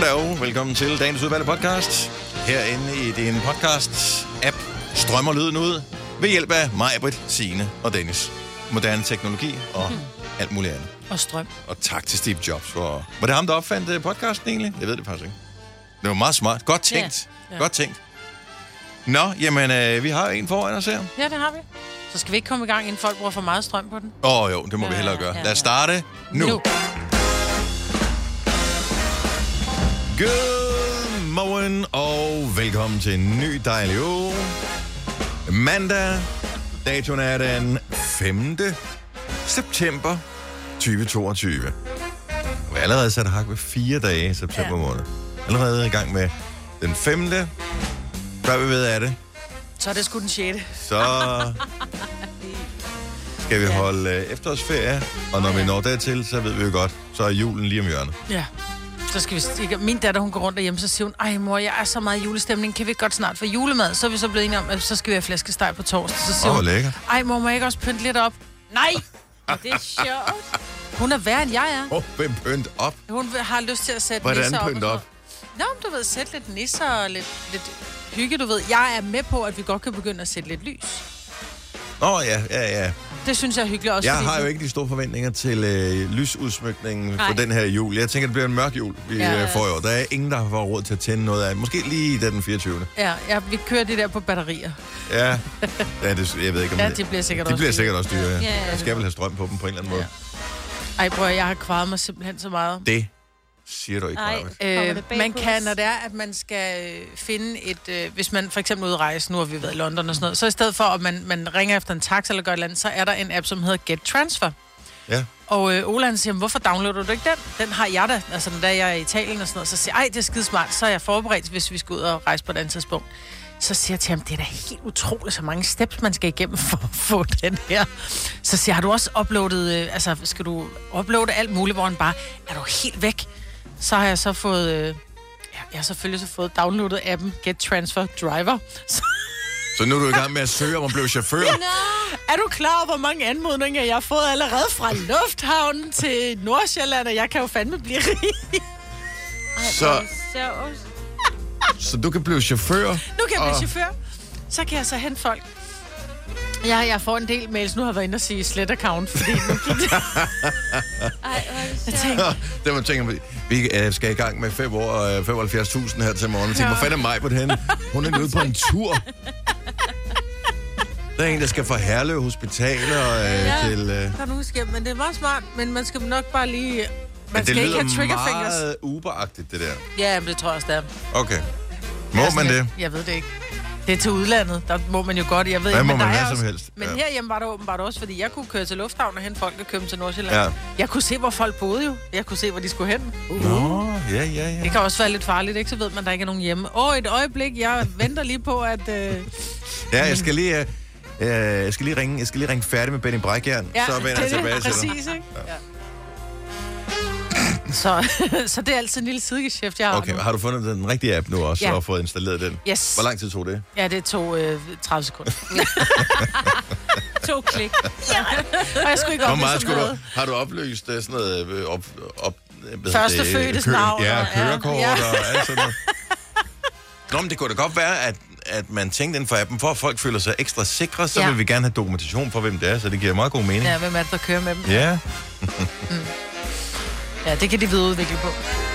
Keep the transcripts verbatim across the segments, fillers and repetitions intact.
Goddag, velkommen til dagens udvalgte podcast. Herinde i din podcast-app strømmer lyden ud ved hjælp af mig, Britt, Signe og Dennis. Moderne teknologi og mm. alt muligt andet. Og strøm. Og tak til Steve Jobs for... Var det ham, der opfandt podcasten egentlig? Jeg ved det faktisk ikke. Det var meget smart. Godt tænkt. Ja. Ja. Godt tænkt. Nå, jamen, øh, vi har en foran os her. Ja, det har vi. Så skal vi ikke komme i gang, inden folk bruger for meget strøm på den? Åh oh, jo, det må ja, vi hellere gøre. Ja, ja. Lad os starte nu. nu. Godmorgen og velkommen til en ny dejlig uge. Mandag, datoen er den femte september tyve toogtyve. Vi er allerede sat hak ved fire dage i september ja. måned. Allerede i gang med den femte. Før vi ved af det. Så er det sgu den sjette. Så skal vi holde øh, efterårsferie, og når vi når dertil, så ved vi jo godt, så er julen lige om hjørnet. Ja. Så skal vi stikke. Min datter, hun går rundt derhjemme, så siger hun, ej mor, jeg er så meget julestemning, kan vi ikke godt snart få julemad? Så er vi så blevet enige om, at så skal vi have flæskesteg på torsdag. Så siger Åh, hun, lækkert. Ej mor, må jeg ikke også pynte lidt op? Nej! Det er sjovt. Hun er værre, end jeg er. Åh, oh, hvem pynt op? Hun har lyst til at sætte Hvordan nisser op. Hvordan pynt op? Nå, du ved, sætte lidt nisser og lidt, lidt hygge, du ved. Jeg er med på, at vi godt kan begynde at sætte lidt lys. Åh, oh, ja, ja, ja. Det synes jeg er hyggeligt også. Jeg har jo ikke de store forventninger til øh, lysudsmykningen Nej. for den her jul. Jeg tænker, det bliver en mørk jul, vi ja, ja. får i år. Der er ingen, der har fået råd til at tænde noget af. Måske lige den fireogtyvende. Ja, ja, vi kører det der på batterier. Ja, ja det, jeg ved ikke om ja, det. de bliver sikkert de også bliver sikkert også dyre, ja. ja, ja jeg skal vel have strøm på dem på en eller anden måde. Ja. Ej, bror, jeg har kvaret mig simpelthen så meget. Det siger du ikke, Marvitt. Øh, man kan, når det er, at man skal finde et... Øh, hvis man for eksempel udrejse, nu har vi været i London og sådan noget, så i stedet for, at man, man ringer efter en taxa eller gør et eller andet, så er der en app, som hedder Get Transfer. Ja. Og øh, Ola, han siger, hvorfor downloader du ikke den? Den har jeg da. Altså, da jeg er i Italien og sådan noget, så siger jeg, ej, det er skidesmart, så er jeg forberedt, hvis vi skal ud og rejse på et andet tidspunkt. Så siger jeg til ham, det er da helt utroligt, så mange steps, man skal igennem for at få den her. Så siger jeg, har du også uploadet, øh, altså, skal du uploade alt muligt, hvor han bare, er du helt væk? Så har jeg så fået, øh, ja, jeg har selvfølgelig så fået downloadet appen Get Transfer Driver. Så, så nu er du i gang med at søge om at blive chauffør? Ja. Er du klar over, hvor mange anmodninger jeg har fået allerede fra lufthavnen til Nordsjælland, og jeg kan jo fandme blive rig. Så, så du kan blive chauffør? Nu kan jeg blive og... chauffør. Så kan jeg så hente folk. Ja, jeg får en del mails. Nu har jeg været inde og sige slet account, fordi nu gik det... Ej, jeg tænker... Det var tænker, vi skal i gang med fem år og femoghalvfjerds tusind her til morgen. Jeg tænker, hvor fanden er mig på det henne? Hun er ude på en tur. Der er en, der skal fra Herlev Hospital og øh, ja, til... Øh... der er nogen, skal, men det er meget smart, men man skal nok bare lige... Man men skal det ikke have lyder triggerfingers. meget Uber-agtigt, det der. Ja, men det tror jeg også, det er. Okay. Må man lidt, det? Jeg ved det ikke. Det er til udlandet, der må man jo godt, jeg ved ikke, men der er man også, som helst. Men ja. herhjemme var der åbenbart også, fordi jeg kunne køre til lufthavn og hente folk, der købte til Nordsjælland. Ja. Jeg kunne se, hvor folk boede jo. Jeg kunne se, hvor de skulle hen. Uh. Nå, ja, ja, ja. Det kan også være lidt farligt, ikke? Så ved man, der ikke er nogen hjemme. Åh, et øjeblik, jeg venter lige på, at... Øh... Ja, jeg skal lige... Øh, jeg skal lige ringe, jeg skal lige ringe færdig med Benny Brækjern, ja, så vender jeg tilbage til dig. Præcis, ikke? Ja. Så, så det er altid en lille sidegeschæft, jeg har Okay, nu. har du fundet den rigtige app nu også, ja. og fået installeret den? Yes. Hvor lang tid tog det? Ja, det tog øh, tredive sekunder. to klik. Ja. Og jeg skulle ikke oplyse sådan noget. Du, har du opløst uh, sådan noget op... op Første fødtes navn. Ja, kørekort ja. og alt sådan noget. Nå, men det kunne da godt være, at, at man tænkte inden for appen, for at folk føler sig ekstra sikre, så ja. vil vi gerne have dokumentation for, hvem det er, så det giver meget god mening. Ja, hvem er det, der kører med dem? Ja. mm. Ja, det kan de videreudvikle på.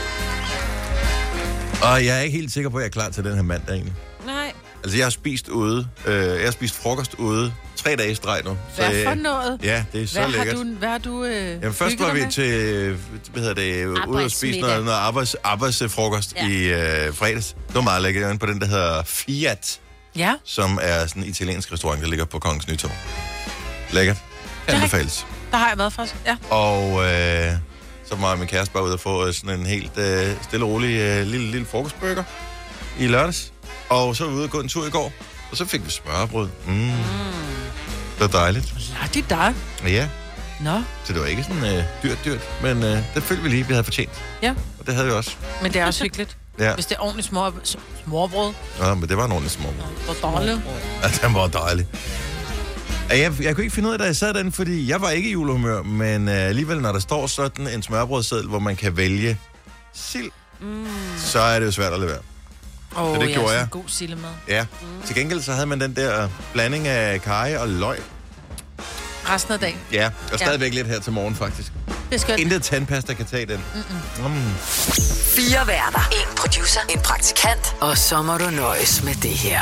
Og jeg er ikke helt sikker på, at jeg er klar til den her mandag egentlig. Nej. Altså, jeg har spist ude. Øh, jeg har spist frokost ude. Tre dage i streg nu. Hvad så, for noget? Ja, det er så hvad lækkert. Har du, hvad har du øh, Jamen, først var vi med? til, hvad hedder det, ude og spise noget, noget arbejds, arbejdsfrokost ja. i øh, fredags. Det var meget lækkert. Jeg på den, der hedder Fiat. Ja. Som er sådan en italiensk restaurant, der ligger på Kongens Nytorv. Lækkert. Anbefales. Der har jeg været faktisk, ja. Og øh, så var min kæreste bare ude og få sådan en helt øh, stille og rolig øh, lille, lille frokostburger i lørdags. Og så var vi ude og gå en tur i går. Og så fik vi smørrebrød. Mm. Mm. Det var dejligt. Ja, det er dig. Ja. Nå. Så det var ikke sådan øh, dyrt, dyrt. Men øh, det følte vi lige, vi havde fortjent. Ja. Og det havde vi også. Men det er også hyggeligt. Ja. Hvis det er ordentligt smør, smørbrød. Ja, men det var en ordentlig smørbrød. Det var dejligt. Ja, den var dejlig. Jeg, jeg kunne ikke finde ud af, da jeg sad den, fordi jeg var ikke i julehumør, men øh, alligevel, når der står sådan en smørbrødseddel, hvor man kan vælge sild, mm. så er det jo svært at lade være. Åh, oh, det ja, gjorde sådan jeg. en god sillemad. Ja. Mm. Til gengæld så havde man den der blanding af karry og løg. Resten af dagen. Ja, og stadigvæk ja. lidt her til morgen, faktisk. Det er skønt. Intet tandpasta kan tage den. Mm-mm. Mm. Fire værter. En producer. En praktikant. Og så må du nøjes med det her.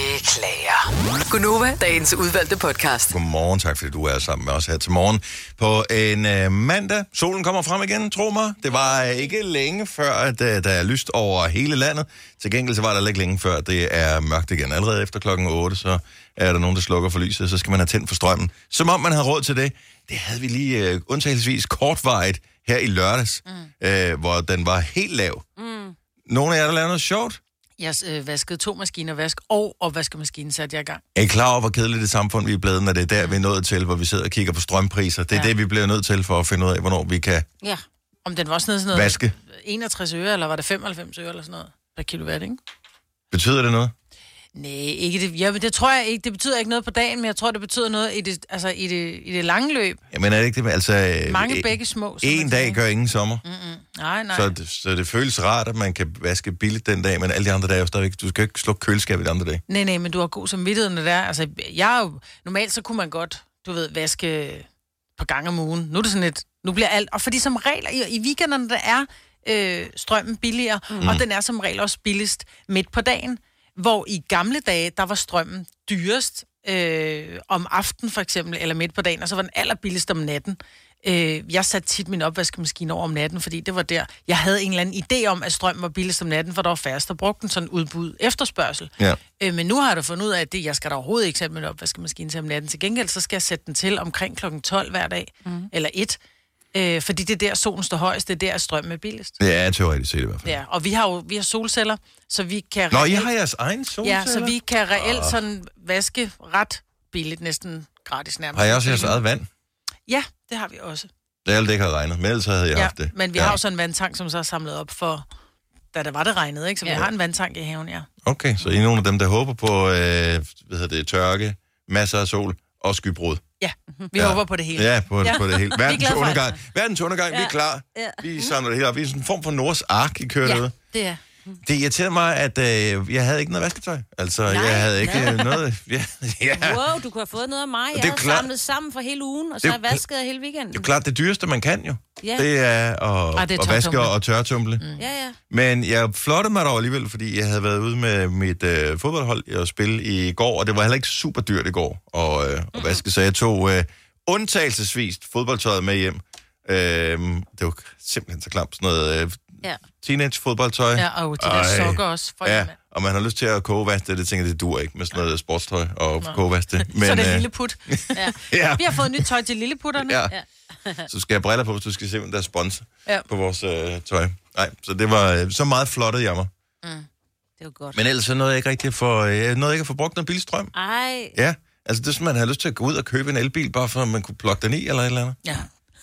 Beklager. Gunova, dagens udvalgte podcast. Godmorgen, tak fordi du er sammen med os her til morgen. På en øh, mandag. Solen kommer frem igen, tro mig. Det var øh, ikke længe før, at øh, der er lyst over hele landet. Til gengæld så var der ikke længe før, det er mørkt igen. Allerede efter klokken otte, så er der nogen, der slukker for lyset, så skal man have tændt for strømmen. Som om man havde råd til det. Det havde vi lige øh, undtagelsesvis kortvarigt her i lørdags, mm. øh, hvor den var helt lav. Mm. Nogle af jer, der lavede noget sjovt? Jeg øh, vaskede to maskiner vask, og opvaskemaskinen satte jeg i gang. Er I klar over, hvor kedeligt det samfund, vi er blevet, når det er der, vi er nået til, hvor vi sidder og kigger på strømpriser? Det er ja. det, vi bliver nødt til for at finde ud af, hvornår vi kan ja. Om den var også nede sådan noget vaske. enogtres øre, eller var det femoghalvfems øre, eller sådan noget per kilowatt, ikke? Betyder det noget? Nej, ikke det. Ja, men det tror jeg ikke. Det betyder ikke noget på dagen, men jeg tror, det betyder noget i det, altså i det, i det lange løb. Jamen er det ikke det? Altså, mange begge små. En dag gør ingen sommer. Mm-mm. Nej, nej. Så det, så det føles rart, at man kan vaske billigt den dag, men alle de andre dage er jo stadigvæk... Du skal ikke slukke køleskabet de andre dage. Nej, nej, men du har god samvittighed, når det er. Altså, jeg er jo... Normalt så kunne man godt, du ved, vaske på gang om ugen. Nu er det sådan et... Nu bliver alt... Og fordi som regel, i, i weekenderne, der er øh, strømmen billigere, mm. og den er som regel også billigst midt på dagen. Hvor i gamle dage, der var strømmen dyrest øh, om aftenen for eksempel, eller midt på dagen, og så var den allerbilligst om natten. Øh, jeg satte tit min opvaskemaskine over om natten, fordi det var der, jeg havde en eller anden idé om, at strømmen var billigst om natten, for der var færrest, der brugte den sådan udbud efterspørgsel. Ja. Øh, men nu har jeg da fundet ud af, at det, jeg skal da overhovedet ikke sætte min opvaskemaskine til om natten. Til gengæld, så skal jeg sætte den til omkring klokken tolv hver dag, mm. eller et. Øh, fordi det er der, solen står højst, det er der, strømmen er billigst. Det er teoretisk set i hvert fald. Ja, og vi har jo vi har solceller, så vi kan... Nå, reelt, I har jeres egen solceller? Ja, så vi kan reelt oh. sådan vaske ret billigt, næsten gratis nærmest. Har I også jeres eget vand? Ja, det har vi også. Det er alt det ikke har regnet, men ellers havde jeg ja, haft det. Men vi ja. har jo sådan en vandtank, som så er samlet op for, da der var det regnet, ikke? Så ja. vi har en vandtank i haven, ja. Okay, så I er nogle af dem, der håber på, øh, hvad hedder det, tørke, masser af sol og skybrud. Ja, vi ja. håber på det hele. Ja, på, ja. på det hele. Verdens undergang. Altså. Verdens undergang, ja. vi er klar. Ja. Vi samler det hele op. Vi er sådan en form for Noahs ark, I kører ja, derude. det er. Det irriterede mig, at øh, jeg havde ikke noget vasketøj. Altså, nej, jeg havde ikke nej. noget... Ja, ja. Wow, du kunne have fået noget af mig. Jeg havde klart, samlet sammen for hele ugen, og så har jeg vasket hele weekenden. Det er klart, det dyreste, man kan jo. Ja. Det er at, ah, det er at vaske og tørretumle. Mm. Ja, ja. Men jeg flottede mig dog alligevel, fordi jeg havde været ude med mit øh, fodboldhold og spille i går, og det var heller ikke super dyrt i går at, øh, at vaske, så jeg tog øh, undtagelsesvist fodboldtøjet med hjem. Øh, det var simpelthen så klamt, sådan noget... Øh, Ja. Teenage-fodboldtøj. Ja, og de der Ej. sokker også. For ja, og man har lyst til at kogevaske det, det tænker jeg, det dur ikke med sådan noget sportstøj og kogevaske det. Men, så er det øh... lille put. Ja. ja. Vi har fået nyt tøj til lilleputterne. Ja. ja. Så skal jeg briller på, hvis du skal se, hvem der er spons ja. på vores øh, tøj. Nej, så det var øh, så meget flottet jammer. Mm. Det var godt. Men ellers så nåede jeg ikke rigtig for, jeg nåede ikke at få brugt noget billig strøm. Ej. Ja, altså det er som man har lyst til at gå ud og købe en elbil, bare for at man kunne plukke den i eller et eller andet. Ja.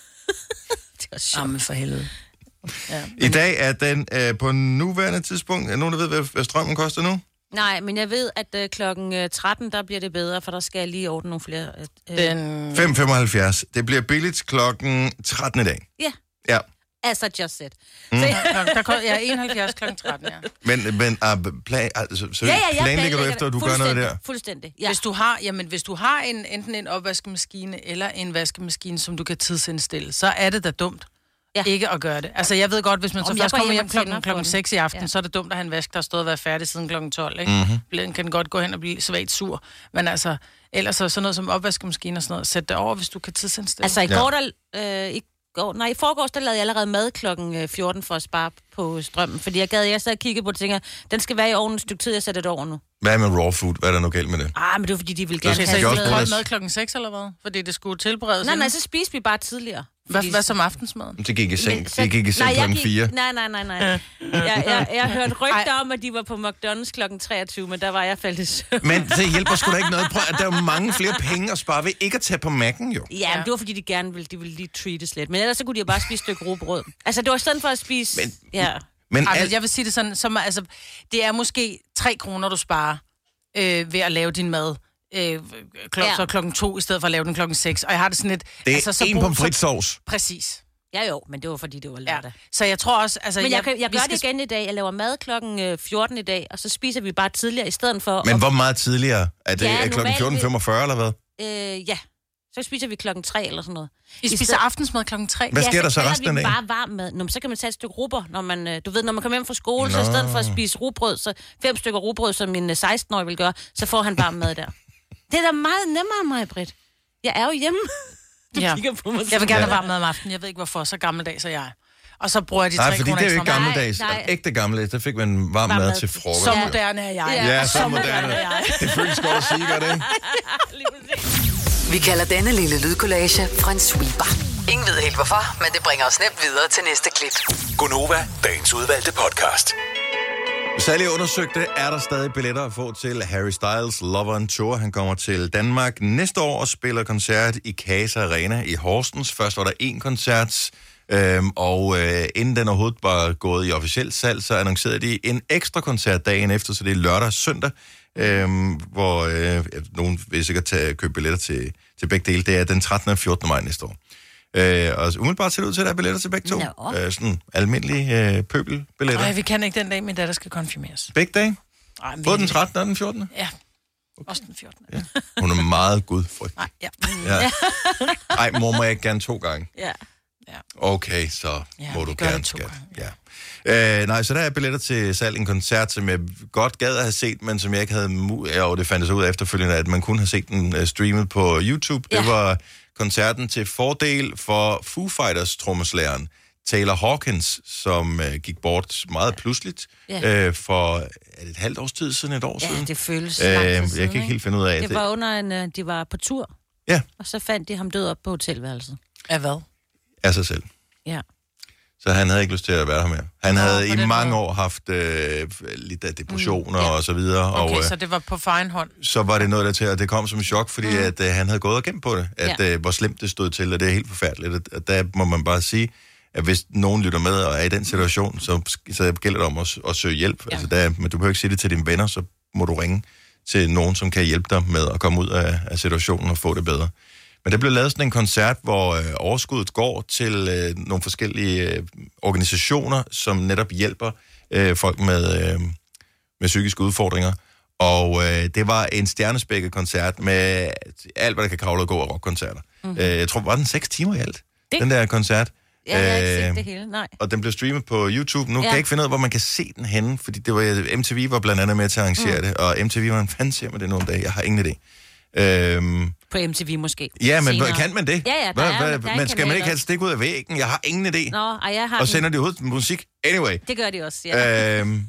Det var sjovt. Jamen for helvede. Ja, I dag er den øh, på nuværende tidspunkt. Er nogen, der ved, hvad, hvad strømmen koster nu? Nej, men jeg ved, at øh, klokken tretten, der bliver det bedre, for der skal jeg lige ordne nogle flere. Øh, den... fem femoghalvfjerds. Det bliver billigt klokken tretten i dag. Ja. Ja. As I just said. Mm. Så, der, der, ja, enoghalvfjerds klokken tretten, ja. Men, men uh, plan, altså, så ja, ja, ja, planlægger du efter, at du gør noget der? Fuldstændig, ja. Hvis du har, jamen, hvis du har en, enten en opvaskemaskine eller en vaskemaskine, som du kan tidsindstille, så er det da dumt. Ja. Ikke at gøre det. Altså, jeg ved godt, hvis man så Om først kommer hjem klokken, klokken seks i aften, ja. så er det dumt at have en vask, der har stået og været færdig siden klokken tolv, ikke? Mm-hmm. Den kan godt gå hen og blive svagt sur. Men altså, ellers så sådan noget som opvaskemaskine og sådan noget, sæt det over, hvis du kan tidsindstille. Altså, i går, der... Øh, i går, nej, i forgårs, der lavede jeg allerede mad klokken fjorten for at spare på strømmen. Fordi jeg gad, jeg så kigge på det og tænker, den skal være i ovnen et stykke tid, jeg sætter det over nu. Hvad med raw food? Hvad er der nu galt med det? Ah, men det er fordi, de vil gerne have det. Så I holdt mad klokken seks eller hvad? Fordi det skulle tilberedes. Nej, nej, så spiste vi bare tidligere. Hvad, hvad som aftensmad? Det gik i seng, det gik i seng klokken fire. Nej, nej, nej, nej. Jeg, jeg, jeg hørte rygter om, at de var på McDonald's klokken treogtyve, men der var jeg faldet i søvn. Men det hjælper sgu da ikke noget. Prøv, at der er jo mange flere penge at spare ved ikke at tage på Mac'en, jo. Ja, men det var fordi, de gerne ville, de ville lige treates lidt. Men ellers så kunne de jo bare spise et stykke rugbrød. Altså, det var sådan for at spise... Men, ja. men altså, jeg vil sige det sådan, som, altså, det er måske tre kroner, du sparer øh, ved at lave din mad. Øh, klok- ja. Så klokken to, i stedet for at lave den klokken seks. Og jeg har det sådan lidt... Det er altså, så en pommes frites-sovs. Præcis. Ja jo, men det var fordi, det var lørdag. Ja. Så jeg tror også... Altså, men jeg, jeg, jeg, jeg gør skal... det igen i dag. Jeg laver mad klokken fjorten i dag, og så spiser vi bare tidligere i stedet for... Men at... hvor meget tidligere? Er det ja, klokken fjorten femogfyrre, eller hvad? Øh, ja. Så spiser vi klokken tre eller sådan noget. I spiser sted... aftensmad klokken tre? Hvad sker ja, der så resten af dagen? bare varm mad. Nå, så kan man tage et stykke rugbrød, når man, du ved, når man kommer hjem fra skole, Nå. så i stedet for at spise rugbrød, så fem stykker rugbrød, som min seksten-årige vil gøre, så får han varm mad der. Det er da meget nemmere, mig, Britt. Jeg er jo hjemme. Du ja. kigger på mig. Jeg vil gerne have varm mad om aftenen. Jeg ved ikke, hvorfor. Så gammeldags er jeg. Og så bruger jeg de tre kroner kroner ekstra. Nej, fordi det er jo ikke gammeldags. Nej, nej. Ægte gammeldags, der fik man varm, varm mad, mad til frokost. Så moderne er jeg. Ja, ja så, så moderne er jeg. Det føles godt at sige, gør det ikke? Vi kalder denne lille lydkollage en sweeper. Ingen ved helt hvorfor, men det bringer os nemt videre til næste klip. Gonova, dagens udvalgte podcast. Særligt undersøgte, er der stadig billetter at få til Harry Styles Love on Tour. Han kommer til Danmark næste år og spiller koncert i Casa Arena i Horsens. Først var der én koncert, øhm, og øh, inden den overhovedet var gået i officielt salg, så annoncerede de en ekstra koncert dagen efter, så det er lørdag og søndag, øhm, hvor øh, nogen vil sikkert tage, købe billetter til, til begge dele. Det er den trettende og fjortende maj næste år. Øh, og umiddelbart ser det ud til, at der er billetter til begge to. No. Øh, sådan almindelige øh, pøbelbilletter. Nej, vi kan ikke den dag, min datter skal konfirmeres. Begge dage? Ej, både den trettende og den fjortende? Ja, okay. Også den fjortende. Ja. Hun er meget gudfrygtig. Nej, ja. ja. Ej, mor, må jeg gerne to gange? Ja. ja. Okay, så ja, må du gør gerne, skat. Ja. Øh, nej, så der er billetter til salg en koncert, som jeg godt gad at have set, men som jeg ikke havde mulighed. Ja, og det fandt sig ud af efterfølgende, at man kunne have set den uh, streamet på YouTube. Ja. Det var koncerten til fordel for Foo Fighters trommeslageren Taylor Hawkins, som uh, gik bort meget pludseligt ja. uh, for er det et halvt års tid siden, et år ja, siden. Ja, det føles uh, lang tid Jeg siden, kan ikke helt finde ud af det. Det var under en, de var på tur, ja. og så fandt de ham død op på hotelværelset. Af hvad? Af sig selv. Ja. Så han havde ikke lyst til at være her mere. Han Nå, havde i mange måde. år haft øh, lidt af depressioner mm, ja. og så videre. Okay, og, øh, så det var på for egen hånd? Så var det noget der til, at det kom som en chok, fordi mm. at, øh, han havde gået og gemt på det. At ja. øh, hvor slemt det stod til, og det er helt forfærdeligt. At, at der må man bare sige, at hvis nogen lytter med og er i den situation, så, så gælder det om at, at søge hjælp. Ja. Altså, der, men du behøver ikke sige det til dine venner, så må du ringe til nogen, som kan hjælpe dig med at komme ud af, af situationen og få det bedre. Men der blev lavet sådan en koncert, hvor øh, overskuddet går til øh, nogle forskellige øh, organisationer, som netop hjælper øh, folk med, øh, med psykiske udfordringer. Og øh, det var en stjernespækket koncert med alt, hvad der kan kravle og gå af rockkoncerter. Mm-hmm. Øh, jeg tror, var den seks timer i alt, det... den der koncert. Ja, jeg har ikke set det hele, nej. Og den blev streamet på YouTube. Nu ja. kan jeg ikke finde ud af, hvor man kan se den henne, fordi det var, M T V var blandt andet med til at arrangere mm. det, og M T V var en fanden ser med det nogle dage. Jeg har ingen idé. Øhm, på M T V måske. Ja, men senere. kan man det? Ja, ja, der hvad, er, hvad, der er men skal man ikke have et stik ud af væggen? Jeg har ingen idé. Nå, ej, jeg har og sender de ud musik? Anyway. Det gør de også, ja. Øhm,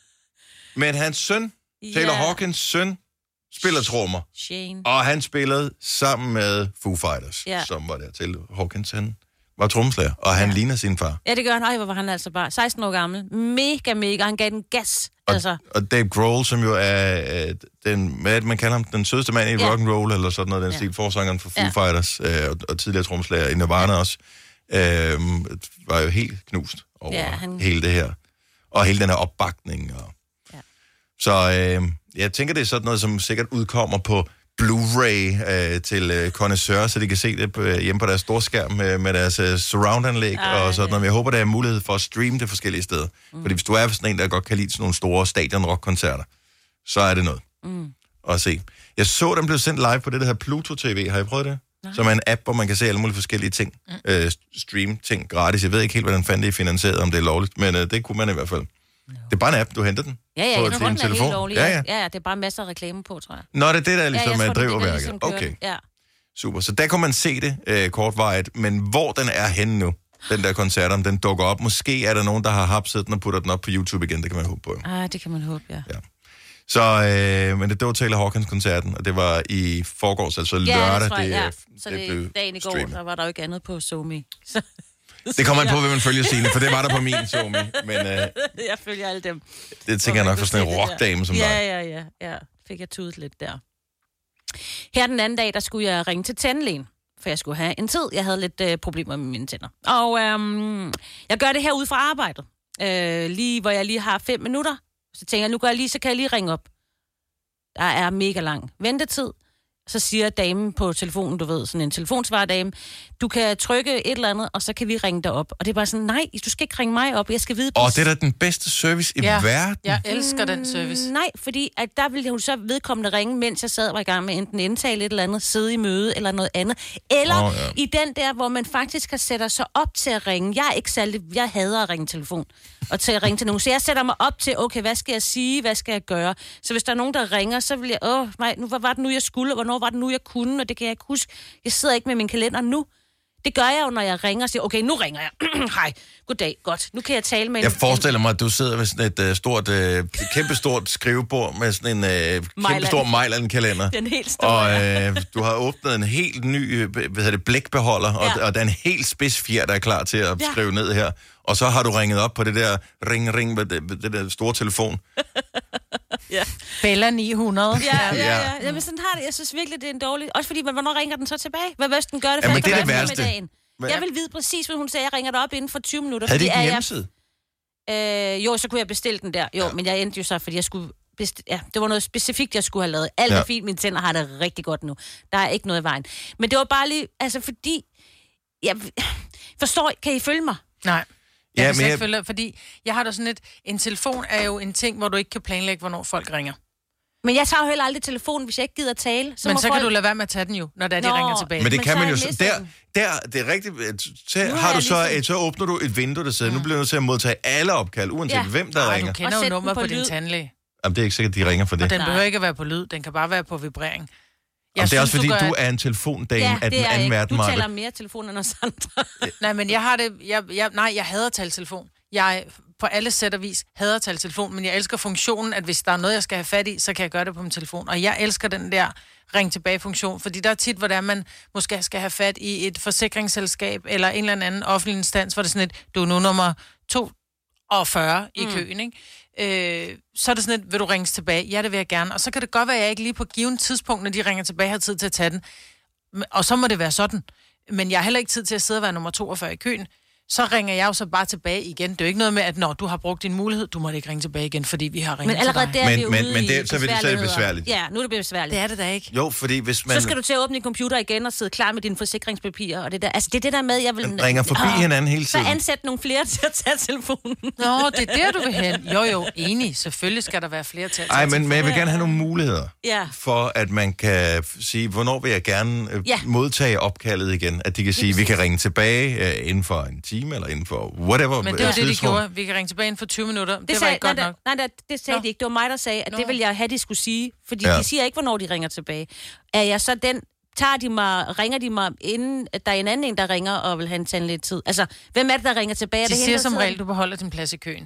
men hans søn, Taylor yeah. Hawkins søn, spiller trommer. Shane. Og han spillede sammen med Foo Fighters, yeah. som var der til. Hawkins, han var trommeslager, og han ja. ligner sin far. Ja, det gør han. Ej, hvor var han altså bare seksten år gammel. Mega, mega. Han gav den gas. Og, altså. og Dave Grohl, som jo er øh, den, hvad er det, man kalder ham? Den sødeste mand i ja. rock and roll, eller sådan noget, den ja. stil, forsangeren for Foo ja. Fighters, øh, og, og tidligere trommeslager i Nirvana også, øh, var jo helt knust over ja, han... hele det her. Og hele den her opbakning. Og... Ja. Så øh, jeg tænker, det er sådan noget, som sikkert udkommer på Blu-ray øh, til øh, connoisseur, så de kan se det på, øh, hjemme på deres storskærm med, med deres øh, surround-anlæg Ej, og sådan noget. Men jeg håber, der er mulighed for at streame det forskellige steder. Mm. Fordi hvis du er sådan en, der godt kan lide sådan nogle store stadion-rock-koncerter, så er det noget mm. at se. Jeg så, den blev sendt live på det, der hedder Pluto T V. Har I prøvet det? Nej. Som er en app, hvor man kan se alle mulige forskellige ting. Mm. Øh, stream ting gratis. Jeg ved ikke helt, hvordan fanden det er finansieret, om det er lovligt, men øh, det kunne man i hvert fald. No. Det er bare en app, du henter den. Ja, ja, jeg tror, den er telefon. helt lovlig. Ja, ja. ja, ja, det er bare masser af reklame på, tror jeg. Nå, det er det, der ligesom ja, er driver værket. Ligesom okay. Ja. Super. Så der kunne man se det øh, kortvarigt, men hvor den er henne nu, den der koncert, om den dukker op. Måske er der nogen, der har hapset den og putter den op på YouTube igen. Det kan man håbe på. Ah, det kan man håbe, ja. ja. Så, øh, men det, det var Taylor Hawkins-koncerten, og det var i forgårs, altså ja, lørdag. Det, tror jeg, det, ja. det, Så det, det dagen i går, streamet. der var der jo ikke andet på SoMe. Så... Det kommer man på, hvem man følger Signe, for det var der på min SoMe. Men, øh, jeg følger alle dem. Det tænker jeg nok for sådan en rockdame som dig. Ja, ja, ja, ja. Fik jeg tudet lidt der. Her den anden dag, der skulle jeg ringe til tandlægen, for jeg skulle have en tid. Jeg havde lidt øh, problemer med mine tænder. Og øhm, jeg gør det her ude fra arbejdet. Øh, lige hvor jeg lige har fem minutter. Så tænker jeg, nu går jeg lige, så kan jeg lige ringe op. Der er mega lang ventetid. Så siger damen på telefonen, du ved, sådan en telefonsvardame, du kan trykke et eller andet, og så kan vi ringe dig op. Og det er bare sådan, nej, du skal ikke ringe mig op, jeg skal vide... Og det er da den bedste service i ja, verden. Jeg elsker den service. Mm, nej, fordi at der ville hun så vedkommende ringe, mens jeg sad og var i gang med enten indtale et eller andet, sidde i møde eller noget andet. Eller oh, ja. i den der, hvor man faktisk kan sætte sig op til at ringe. Jeg er ikke særlig... Jeg hader at ringe telefon og til at ringe til nogen. Så jeg sætter mig op til, okay, hvad skal jeg sige, hvad skal jeg gøre? Så hvis der er nogen, der ringer, så vil jeg... Åh, nej, nu, hvad var det nu, jeg skulle? Hvornår var det nu, jeg kunne? Og det kan jeg ikke huske. Jeg sidder ikke med min kalender nu. Det gør jeg jo, når jeg ringer og siger, okay, nu ringer jeg. Hej, goddag, godt. Nu kan jeg tale med en... Jeg forestiller mig, at du sidder med sådan et uh, stort, uh, kæmpestort skrivebord med sådan en uh, kæmpestor Mejland-kalender. Den helt store. Og uh, du har åbnet en helt ny, hvad hedder det, blækbeholder, ja. og, og der er en helt spids fjer, der er klar til at ja. skrive ned her. Og så har du ringet op på det der ring-ring med det, det der store telefon. ja. Bella ni hundrede. Ja, ja, ja. ja. Jamen, sådan har det. Jeg synes virkelig, det er en dårlig... Også fordi, hvornår ringer den så tilbage? Hvad hvis den gør det? Ja, men det er det værste. Jeg vil vide præcis, hvad hun sagde. Jeg ringer dig op inden for tyve minutter. Havde det ikke en hjemmeside? Jeg... Øh, jo, så kunne jeg bestille den der. Jo, ja. men jeg endte jo så, fordi jeg skulle... Best... Ja, det var noget specifikt, jeg skulle have lavet. Alt er ja. fint. Mine tænder har det rigtig godt nu. Der er ikke noget i vejen. Men det var bare lige... Altså, fordi... Jeg forstår... Kan I følge mig? Nej. Jeg ja, kan men jeg... følge, fordi jeg har da sådan et... En telefon er jo en ting, hvor du ikke kan planlægge, hvornår folk ringer. Men jeg tager jo heller aldrig telefonen, hvis jeg ikke gider tale. Så men så folk... kan du lade være med at tage den jo, når der de ringer tilbage. Men det men kan man jo... Der, der, det er rigtigt... Så, har du så, ligesom... så åbner du et vindue, der sidder. Mm. Nu bliver du nødt til at modtage alle opkald, uanset ja. hvem der Ej, ringer. Du kender jo nummer på, på din tandlæge. Jamen, det er ikke sikkert, de ringer for det. Og den behøver ikke at være på lyd, den kan bare være på vibrering. Jeg synes, det er også fordi, du, gør... du er en telefondame ja, af den anden verden. Du taler mere telefon end os andre. Nej, men jeg har det... Jeg, jeg, nej, jeg hader at tale telefon. Jeg på alle sæt og vis hader at tale telefon, men jeg elsker funktionen, at hvis der er noget, jeg skal have fat i, så kan jeg gøre det på min telefon. Og jeg elsker den der ring tilbage-funktion, fordi der er tit, hvor der man måske skal have fat i et forsikringsselskab eller en eller anden offentlig instans, hvor det er sådan et, du er nu nummer toogfyrre i mm. køen, ikke? Øh, så er det sådan et, vil du ringes tilbage? Ja, det vil jeg gerne. Og så kan det godt være, at jeg ikke lige på givet tidspunkt, når de ringer tilbage, har tid til at tage den. Og så må det være sådan. Men jeg har heller ikke tid til at sidde og være nummer toogfyrre i køen. Så ringer jeg jo så bare tilbage igen. Det er jo ikke noget med, at når du har brugt din mulighed, du må ikke ringe tilbage igen, fordi vi har ringet men allerede til dig. Men allerede der er vi ude men, men det, så, vil det, så er det besværligt. Ja, nu er det besværligt. Det er det da ikke. Jo, fordi hvis man... Så skal du til at åbne din computer igen og sidde klar med dine forsikringspapirer og det der. Altså, det er det der med, jeg vil... Man ringer forbi oh, hinanden hele tiden. Så ansæt nogle flere til at tage telefonen. Nå, det er der, du vil hen. Jo, jo, enig. Selvfølgelig skal der være flere til at tage Ej, men, telefonen. men jeg vil gerne have nogle muligheder ja. for, at man kan sige, hvornår vil jeg gerne øh, ja. modtage opkaldet igen. At de kan sige, vi kan ringe tilbage øh, inden for en time eller inden for whatever. Men det var det, de gjorde. Vi kan ringe tilbage inden for tyve minutter. Det, det sagde, var ikke godt nej, nok. Nej, nej, det sagde Nå. de ikke. Det var mig, der sagde, at Nå. det ville jeg have, de skulle sige. Fordi ja. de siger ikke, hvornår de ringer tilbage. Er jeg så den... Tager de mig, ringer de mig, inden der er en anden en, der ringer og vil have en tandlæge tid? Altså, hvem er det, der ringer tilbage? De det siger som regel, du beholder din plads i køen.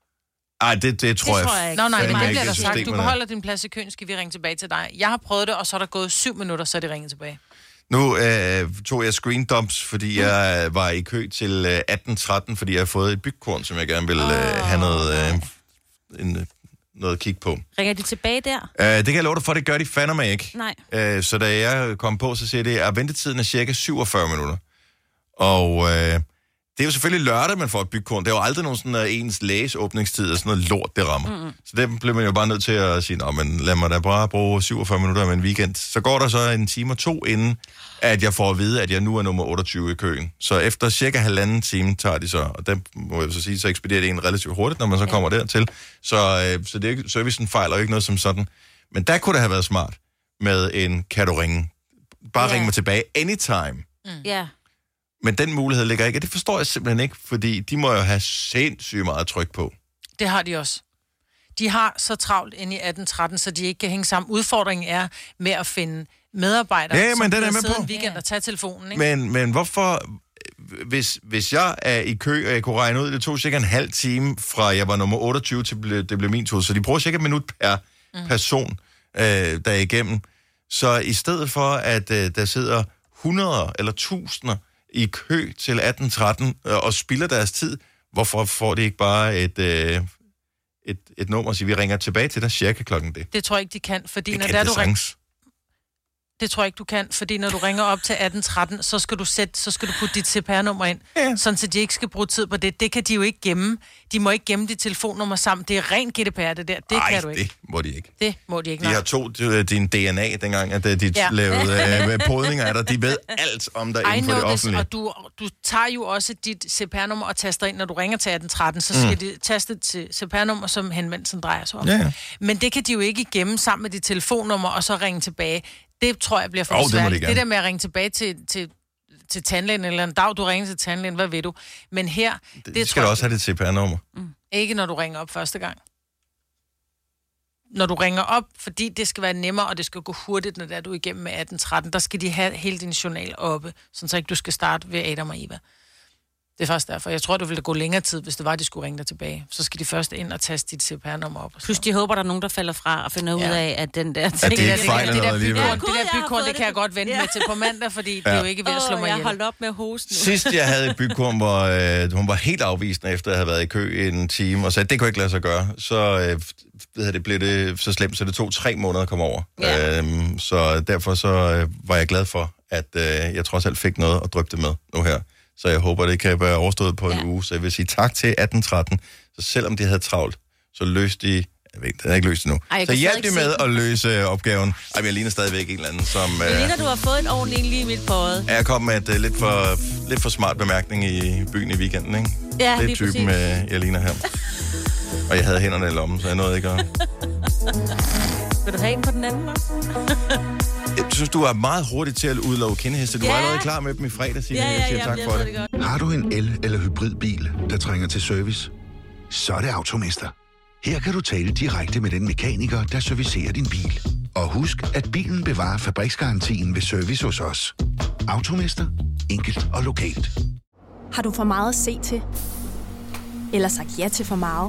Ej, det, det, tror, det jeg... tror jeg ikke. Nå, nej, men det bliver der sagt. Du beholder din plads i køen, skal vi ringe tilbage til dig. Jeg har prøvet det, og så er der gået syv minutter, så er de ringet tilbage. Nu øh, tog jeg screen dumps, fordi mm. jeg var i kø til øh, atten tretten, fordi jeg har fået et bygkorn, som jeg gerne vil øh, have noget, øh, en, noget at kigge på. Ringer de tilbage der? Øh, det kan jeg love dig for, det gør de fandme ikke. Nej. Øh, så da jeg kom på, så siger det, at ventetiden er cirka syvogfyrre minutter. Og øh, det er jo selvfølgelig lørdag, man får et bygkorn. Det er jo aldrig nogen sådan uh, ens læges åbningstid og sådan noget lort, det rammer. Mm-hmm. Så det bliver man jo bare nødt til at sige, nå, men lad mig da bare bruge syvogfyrre minutter om en weekend. Så går der så en time og to inden, at jeg får at vide, at jeg nu er nummer otteogtyve i køen. Så efter cirka halvanden time tager de så, og der må jeg så sige, så ekspederer det en relativt hurtigt, når man så kommer ja. dertil. Så, øh, så det er ikke, servicen fejler jo ikke noget som sådan. Men der kunne det have været smart med en, kan du ringe? Bare ja. ringe mig tilbage anytime. Mm. Ja. Men den mulighed ligger ikke, og det forstår jeg simpelthen ikke, fordi de må jo have sindssygt meget tryk på. Det har de også. De har så travlt inde i atten tretten, så de ikke kan hænge sammen. Udfordringen er med at finde medarbejdere, ja, men som kan sidde på. en weekend og tage telefonen. Ikke? Men, men hvorfor, hvis, hvis jeg er i kø, og jeg kunne regne ud, det tog cirka en halv time fra jeg var nummer otteogtyve til det blev min tur, så de bruger cirka et minut per mm. person, øh, der er igennem. Så i stedet for, at øh, der sidder hundreder eller tusinder i kø til atten tretten og spilder deres tid, hvorfor får de ikke bare et, øh, et, et nummer og siger, vi ringer tilbage til dig cirka klokken det? Det tror jeg ikke, de kan, fordi det når kan der det du ringer... Det tror jeg ikke, du kan, fordi når du ringer op til atten tretten, så skal du sætte, så skal du putte dit C P R-nummer ind, ja. Sådan så de ikke skal bruge tid på det. Det kan de jo ikke gemme. De må ikke gemme dit telefonnummer sammen. Det er ren G D P R, det der. Det Ej, kan du ikke. det må de ikke. Det må de ikke. De nej. har to din D N A dengang, at de ja. lavede uh, podninger af dig. De ved alt om dig inden for det offentlige. Og du, du tager jo også dit C P R-nummer og taster ind, når du ringer til atten tretten, så skal mm. de taste til C P R-nummer, som henvendelsen drejer sig om. Ja, ja. Men det kan de jo ikke gemme sammen med dit telefonnummer og så ringe tilbage. Det tror jeg bliver for oh, svært. Det, det der med at ringe tilbage til, til, til tandlægen, eller en dag, du ringer til tandlægen, hvad ved du? Men her... Det, det skal du også have dit C P R-nummer. Mm. Ikke når du ringer op første gang. Når du ringer op, fordi det skal være nemmere, og det skal gå hurtigt, når der er du igennem med atten tretten, der skal de have hele din journal oppe, så ikke du skal starte ved Adam og Eva. Det er faktisk derfor. Jeg tror, det ville gå længere tid, hvis det var, at de skulle ringe dig tilbage. Så skal de først ind og taste dit C P R-nummer op. Plus de håber, der er nogen, der falder fra og finder ja. ud af, at den der... At det ikke fejler noget alligevel. Det der bygkorn, det kan jeg godt vente ja. med til på mandag, fordi ja. det er jo ikke ved at slå mig ihjel. Jeg holdt op med hosten. Sidst jeg havde et bygkorn, hvor øh, hun var helt afvisende, efter at have været i kø i en time, og sagde, det kunne ikke lade sig gøre. Så, øh, ved det, blev det så slemt, så det tog tre måneder at komme over. Ja. Øhm, så derfor så øh, var jeg glad for, at øh, jeg trods alt fik noget at dryppe det med nu her. Så jeg håber, det kan være overstået på en ja. uge. Så jeg vil sige tak til atten tretten. Så selvom de havde travlt, så løste de... Jeg ved, det er ikke løst endnu. Ej, så hjælp de med at løse opgaven. Ej, men jeg ligner stadigvæk en eller anden, som... Jeg ligner, uh, du har fået en ordentlig lige midt på øjet. Jeg kom med et uh, lidt, for, lidt for smart bemærkning i byen i weekenden, ikke? Ja, det er typen, uh, jeg ligner her. Og jeg havde hænderne i lommen, så jeg nåede ikke at... Vil du have en på den anden måde? Jeg synes, du er meget hurtig til at udlove kindeheste. Du ja. var allerede klar med dem i fredag, Signe. Ja, ja, jeg siger tak for det. det Har du en el- eller hybridbil, der trænger til service? Så er det Automester. Her kan du tale direkte med den mekaniker, der servicerer din bil. Og husk, at bilen bevarer fabriksgarantien ved service hos os. Automester. Enkelt og lokalt. Har du for meget at se til? Eller sagt ja til for meget?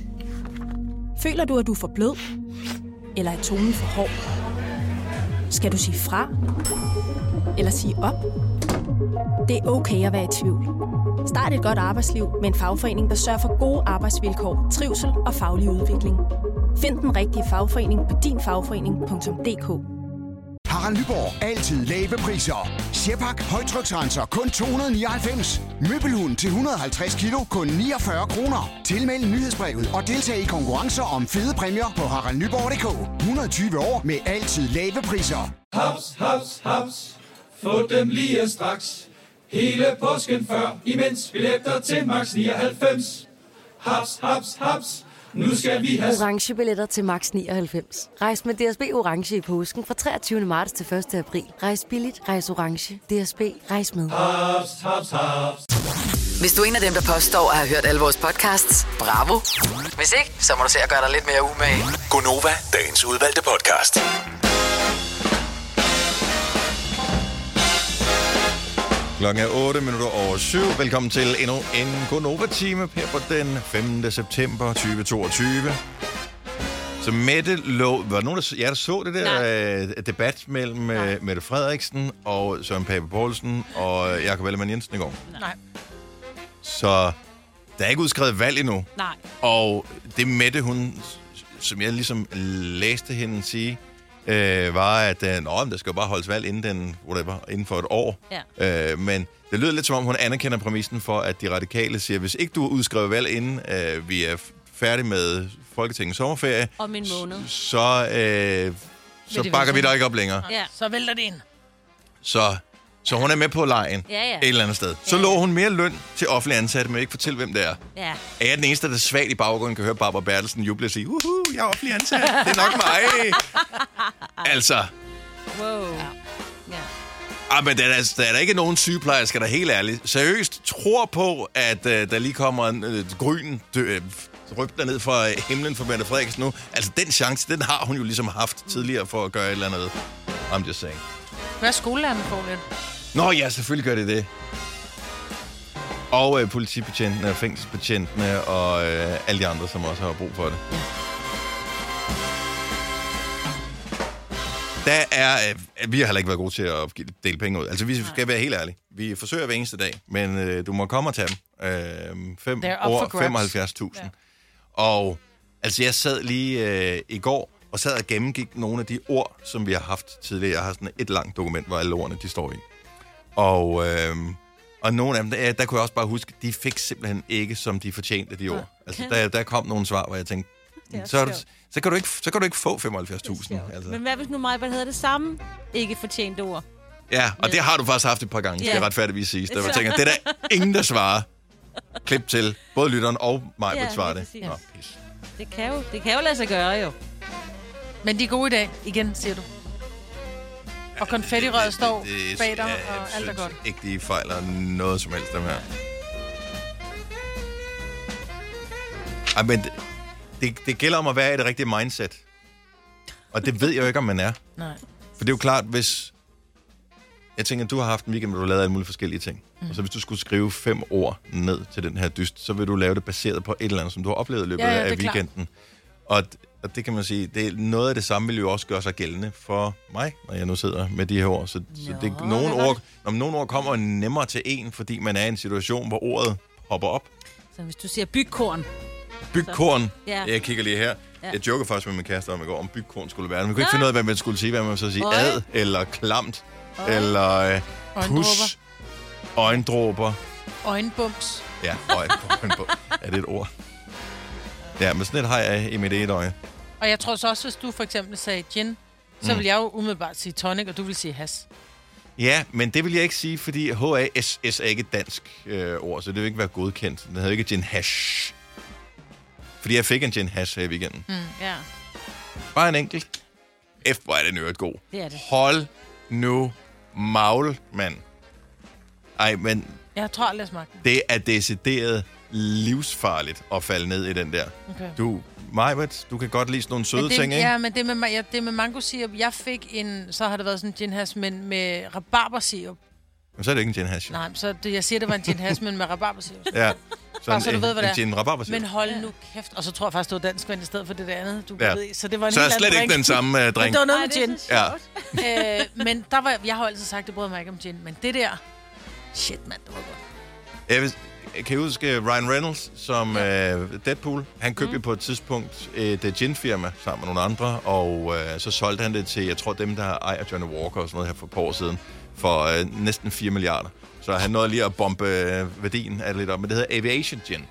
Føler du, at du er for blød? Eller er tonen for hård? Skal du sige fra? Eller sige op? Det er okay at være i tvivl. Start et godt arbejdsliv med en fagforening, der sørger for gode arbejdsvilkår, trivsel og faglig udvikling. Find den rigtige fagforening på din fagforening punktum d k. Harald Nyborg. Altid lave priser. Sjehpak højtryksrenser kun to hundrede og nioghalvfems. Møbelhund til et hundrede og halvtreds kilo kun niogfyrre kroner. Tilmeld nyhedsbrevet og deltag i konkurrencer om fede præmier på harald nyborg punktum d k. et hundrede og tyve år med altid lave priser. Haps, haps, haps. Få dem lige straks. Hele påsken før, imens billetter til max nioghalvfems. Haps, haps, haps. Nu skal vi have orange billetter til max nioghalvfems. Rejs med D S B Orange i påsken fra treogtyvende marts til første april. Rejs billigt, rejs orange. D S B, rejs med. Haps, haps, haps. Hvis du er en af dem, der påstår at have hørt alle vores podcasts, bravo. Hvis ikke, så må du se at gøre dig lidt mere umage. Gonova, dagens udvalgte podcast. Klokken er otte minutter over syv. Velkommen til endnu en Gonova-time her på den femte september tyve toogtyve. Så Mette lå... Var der nogen, der, ja, der så det der uh, debat mellem uh, Mette Frederiksen og Søren Pape Poulsen og Jakob Ellemann-Jensen i går? Nej. Så der er ikke udskrevet valg endnu. Nej. Og det Mette, hun, som jeg ligesom læste hende sige, øh, var, at øh, nå, der skal jo bare holdes valg inden, den, whatever, inden for et år. Ja. Øh, men det lyder lidt som om, hun anerkender præmissen for, at de radikale siger, hvis ikke du udskriver valg inden øh, vi er færdige med Folketingets sommerferie, om en måned, så, øh, så bakker vi dig ikke op længere. Ja. Så vælter det ind. Så... Så hun er med på lejen ja, ja. et eller andet sted. Så ja, ja. lå hun mere løn til offentlige ansatte, men ikke fortælle, hvem det er. Ja. Er jeg den eneste, der svagt i baggrunden kan høre Barbara Bertelsen juble og sige, uhu, jeg er offentlig ansat. Det er nok mig. Altså. Wow. Ja. Ja. Ah, men der er, der er der ikke nogen sygeplejersker, der helt ærligt seriøst tror på, at uh, der lige kommer en uh, gryn uh, rygter ned fra himlen for Mette Frederiksen nu. Altså, den chance, den har hun jo ligesom haft tidligere for at gøre et eller andet. I'm just saying. Hvad er skolelærerne på lidt? Nå ja, selvfølgelig gør det det. Og øh, politibetjentene, fængselsbetjentene og øh, alle de andre, som også har brug for det. Ja. Der er, øh, vi har heller ikke været gode til at dele penge ud. Altså, vi skal være helt ærlige. Vi forsøger hver eneste dag, men øh, du må komme og tage dem. Øh, fem, over femoghalvfjerds tusind. Ja. Og altså, jeg sad lige øh, i går og sad og gennemgik nogle af de ord, som vi har haft tidligere. Jeg har sådan et langt dokument, hvor alle ordene de står i. Og, øh, og nogle af dem, der, der kunne jeg også bare huske, de fik simpelthen ikke, som de fortjente de ord. Altså, der, der kom nogle svar, hvor jeg tænkte, så, er du, så, kan du ikke, så kan du ikke få femoghalvfjerds tusind. Altså. Men hvad hvis nu mig, hvad hedder det samme? Ikke fortjente ord. Ja, og det har du faktisk haft et par gange, skal jeg retfærdigvis sige. Der jeg tænker, det er der ingen, der svarer. Klip til. Både lytteren og mig ja, svarer det. Nå, det, kan jo, det kan jo lade sig gøre, jo. Men de er gode i dag, igen, siger du. Og konfettirøret står bag dig, og alt er godt. Ikke de fejler noget som helst, dem her. Ej, men det, det, det gælder om at være i det rigtige mindset. Og det ved jeg jo ikke, om man er. Nej. For det er jo klart, hvis... Jeg tænker, du har haft en weekend, hvor du har lavet alle mulige forskellige ting. Mm. Og så hvis du skulle skrive fem ord ned til den her dyst, så vil du lave det baseret på et eller andet, som du har oplevet i løbet ja, ja, af weekenden. Og, og det kan man sige, det er noget af det samme vil jo også gøre sig gældende for mig, når jeg nu sidder med de her ord. Så, Nå, så det, nogle, ord, når nogle ord kommer nemmere til en, fordi man er i en situation, hvor ordet hopper op. Så hvis du siger bygkorn. Bygkorn. Ja. Jeg kigger lige her. Ja. Jeg joker faktisk med min kæreste om i går, om bygkorn skulle være. Men vi kunne ikke finde ud af, hvad man skulle sige. Hvad man så sige? Øj. Ad eller klamt. Øj. Eller øh, pus. Øjendråber. Øjenbums. Ja, øjenbums. Er det et ord? Ja, men sådan et har jeg i mit ene øje. Og jeg tror så også, hvis du for eksempel sagde gin, så mm. vil jeg jo umiddelbart sige tonic, og du vil sige has. Ja, men det vil jeg ikke sige, fordi H A S S er ikke et dansk øh, ord, så det vil ikke være godkendt. Den hedder ikke gin hash. Fordi jeg fik en gin hash her i weekenden. Mm, ja. Bare en enkelt. F, hvor er det nødt god. Det er det. Hold nu maul, mand. Ej, men... Jeg tror aldrig, jeg smagte den. Det er decideret livsfarligt at falde ned i den der. Okay. Du, Majbert, du kan godt lide sådan nogle søde det, ting, ikke? Ja, men det med, ja, det med mango sirup, jeg fik en, så har det været sådan en gin hash, men med rabarbersirup. Men så er det ikke en gin hash. Nej, så det, jeg siger, det var en gin hash, men med rabarbersirup. Ja. Så, så du ved, hvad det er. En gin rabarbersirup. Men hold nu kæft. Og så tror jeg faktisk, det var dansk vand i stedet for det der andet, du ja. ved. Så det var en så er slet ikke den samme uh, drink. Men det var noget med gin. Ja. øh, men der var, jeg har altid sagt, det brød mig ikke om gin. Men det der, shit mand, det var godt. Jeg, vil, jeg kan huske Ryan Reynolds som ja. uh, Deadpool. Han købte mm. på et tidspunkt et uh, ginfirma sammen med nogle andre, og uh, så solgte han det til, jeg tror dem, der ejer Johnny Walker og sådan noget her for et par år siden, for uh, næsten fire milliarder. Så han nåede lige at bombe uh, værdien af det lidt op. Men det hedder Aviation Gin.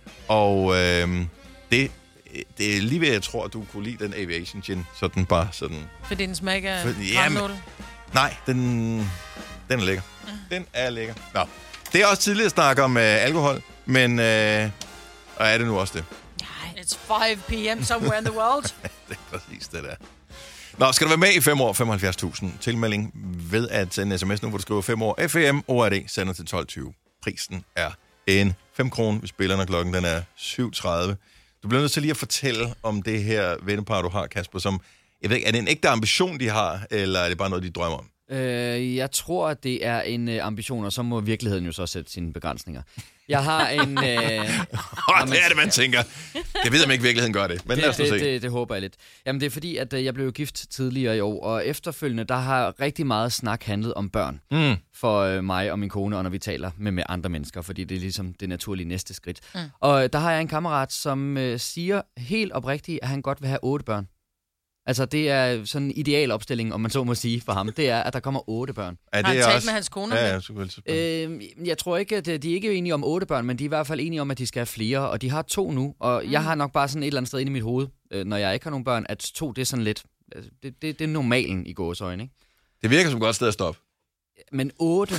Og øh, det, det er lige ved, jeg tror, at du kunne lide den Aviation Gin. Sådan bare sådan... Fordi den smag af granål? Nej, den, den er lækker. Mm. Den er lækker. Nå. Det er også tidligere snak om øh, alkohol, men... Øh, og er det nu også det? Nej, it's five p m somewhere in the world. Det er præcis det der. Nå, skal du være med i fem år, femoghalvfjerds tusind. Tilmelding ved at sende en sms nu, hvor du skriver fem år. F M O R D sender til tolv tyve. Prisen er en fem kroner. Vi spiller, når klokken den er syv tredive. Du bliver nødt til lige at fortælle om det her vennepar, du har, Kasper, som... Jeg ved ikke, er det en ægte ambition, de har, eller er det bare noget, de drømmer om? Øh, jeg tror, at det er en øh, ambition, og så må virkeligheden jo så sætte sine begrænsninger. Jeg har en... Øh, oh, det er det, man tænker. Jeg ved, om ikke virkeligheden gør det, men det, lad os det, se. Det, det, det håber jeg lidt. Jamen, det er fordi, at øh, jeg blev gift tidligere i år, og efterfølgende, der har rigtig meget snak handlet om børn mm. for øh, mig og min kone, og når vi taler med, med andre mennesker, fordi det er ligesom det naturlige næste skridt. Mm. Og øh, der har jeg en kammerat, som øh, siger helt oprigtigt, at han godt vil have otte børn. Altså, det er sådan en ideal opstilling, om man så må sige for ham. Det er, at der kommer otte børn. Er det har han talt også... med hans kone? Ja, ja, øh, jeg tror ikke, at de er ikke enige om otte børn, men de er i hvert fald enige om, at de skal have flere. Og de har to nu, og mm. jeg har nok bare sådan et eller andet sted inde i mit hoved, øh, når jeg ikke har nogen børn, at to, det er sådan lidt... Altså, det, det, det er normalen i gåseøjne, ikke? Det virker som et godt sted at stoppe. Men otte...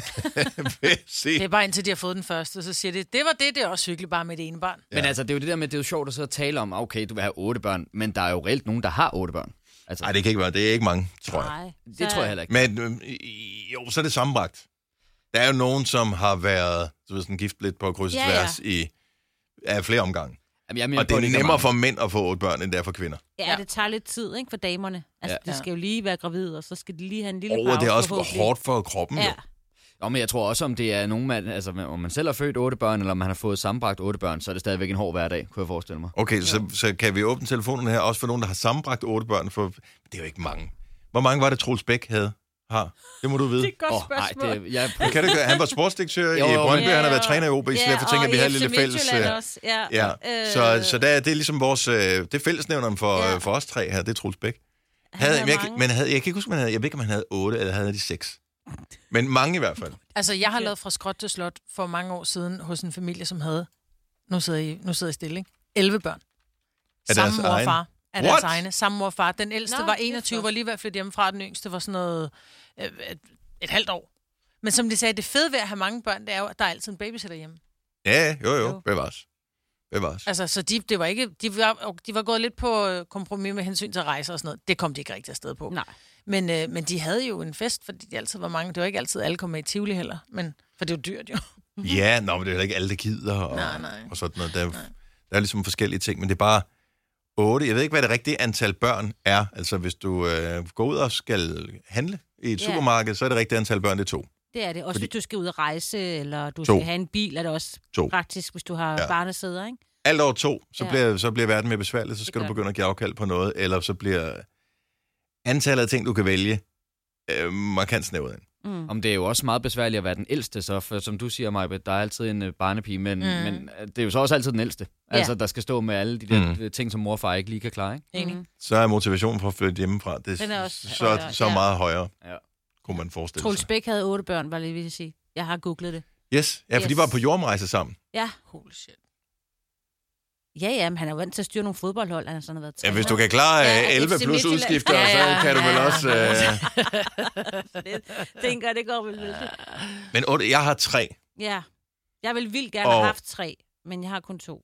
det er bare indtil de har fået den første, så siger det, det var det, det er også hyggeligt bare med det ene barn. Ja. Men altså, det er jo det der med, det er jo sjovt at så tale om, okay, du vil have otte børn, men der er jo reelt nogen, der har otte børn. Altså, nej, det kan ikke være. Det er ikke mange, tror jeg. Nej, det tror jeg heller ikke. Men øh, jo, så er det sammenbragt. Der er jo nogen, som har været så sådan, gift lidt på kryds og tværs ja, ja. i af flere omgange. Jamen, jeg mener, og det er det nemmere for mænd at få otte børn, end det er for kvinder. Ja, ja, det tager lidt tid, ikke, for damerne. Altså, ja. De skal jo lige være gravide, og så skal de lige have en lille oh, pause. Det er også for hårdt for kroppen, ja. Jo. Jo, men jeg tror også, om det er nogen, man, altså om man selv har født otte børn, eller om man har fået sammenbragt otte børn, så er det stadigvæk en hård hverdag, kunne jeg forestille mig. Okay, så, så kan vi åbne telefonen her, også for nogen, der har sammenbragt otte børn, for det er jo ikke mange. Hvor mange var det, Troels Bæk havde? har? Det må du vide. Det er et godt oh, spørgsmål. Nej, det, jeg... Kan det gøre? Han var sportsdirektør jo, i Brøndby, ja, ja. han har været træner i O B, så Ja, derfor tænker og vi, i har en F C lille fælles... Midtjylland også. Ja. Ja. Øh. Så, så der, det er ligesom vores... Det er fællesnævneren for, Ja. for os tre her, det er Troels Bæk. Han Havde, havde jeg, mange. men havde, jeg kan ikke huske, man havde, jeg ved ikke, om han havde otte, eller havde de seks. Men mange i hvert fald. Altså, jeg har lavet fra skråt til slot for mange år siden hos en familie, som havde... Nu sidder I, nu sidder I stille, ikke? elleve børn. Er Samme deres mor og egen? far. Er What? deres egne. Samme mor og far. Den ældste Nå, var det er enogtyve, flot. var lige ved at flytte hjemmefra. Den yngste var sådan noget... Øh, et, et halvt år. Men som de sagde, det fede ved at have mange børn, det er jo, at der er altid en babysitter hjemme. Ja, jo, jo. Jo. Bevares. Bevares. Altså, så de, det var ikke, de, var, de var gået lidt på øh, kompromis med hensyn til rejser og sådan noget. Det kom de ikke rigtig afsted på. Nej. Men, øh, men de havde jo en fest, fordi de altid var mange. Det var ikke altid, alle kom med i Tivoli heller. Men, for det er jo dyrt jo. Ja, nå, men det er heller ikke alle, der gider. Og, Nej, nej. og sådan noget. Der, er- der er ligesom forskellige ting, men det er bare otte. Jeg ved ikke, hvad det rigtige antal børn er. Altså, hvis du øh, går ud og skal handle i et Ja. supermarked, så er det rigtige antal børn, det er to. Det er det. Også Fordi- hvis du skal ud og rejse, eller du To. skal have en bil, er det også To. praktisk, hvis du har Ja. ja. barnesæder, ikke? Alt over to, så, Ja. bliver, så bliver verden mere besværlig, så skal Det du gør begynde at give afkald på noget, eller så bliver antallet af ting, du kan vælge, øh, markant snævret ind. Mm. Om det er jo også meget besværligt at være den ældste, så for, som du siger, Maja, der er altid en uh, barnepige, men, mm. men uh, det er jo så også altid den ældste. Ja. Altså, der skal stå med alle de der Mm. mm. ting, som mor og far ikke lige kan klare, ikke? Enig. Mm. Så er motivationen for at flytte hjemmefra, det Den er er også så, højere, så ja. meget højere, Ja. kunne man forestille Troels sig. Bæk havde otte børn, var lige ved at sige. Jeg har googlet det. Yes, ja, for yes. de Yes. var på jordomrejse sammen. Ja. Holy shit. Ja, ja, men han er vant til at styre nogle fodboldhold. Han har sådan været Ja, hvis du træner. kan klare Ja, ja, elleve F C plus Midtjylland. udskifter, Ja, ja, så kan du vel ja, også... ja. Øh... det, tænker jeg, det går vel vel. Men otte, jeg har tre. Ja. Jeg vil vildt gerne Og- have haft tre, men jeg har kun to.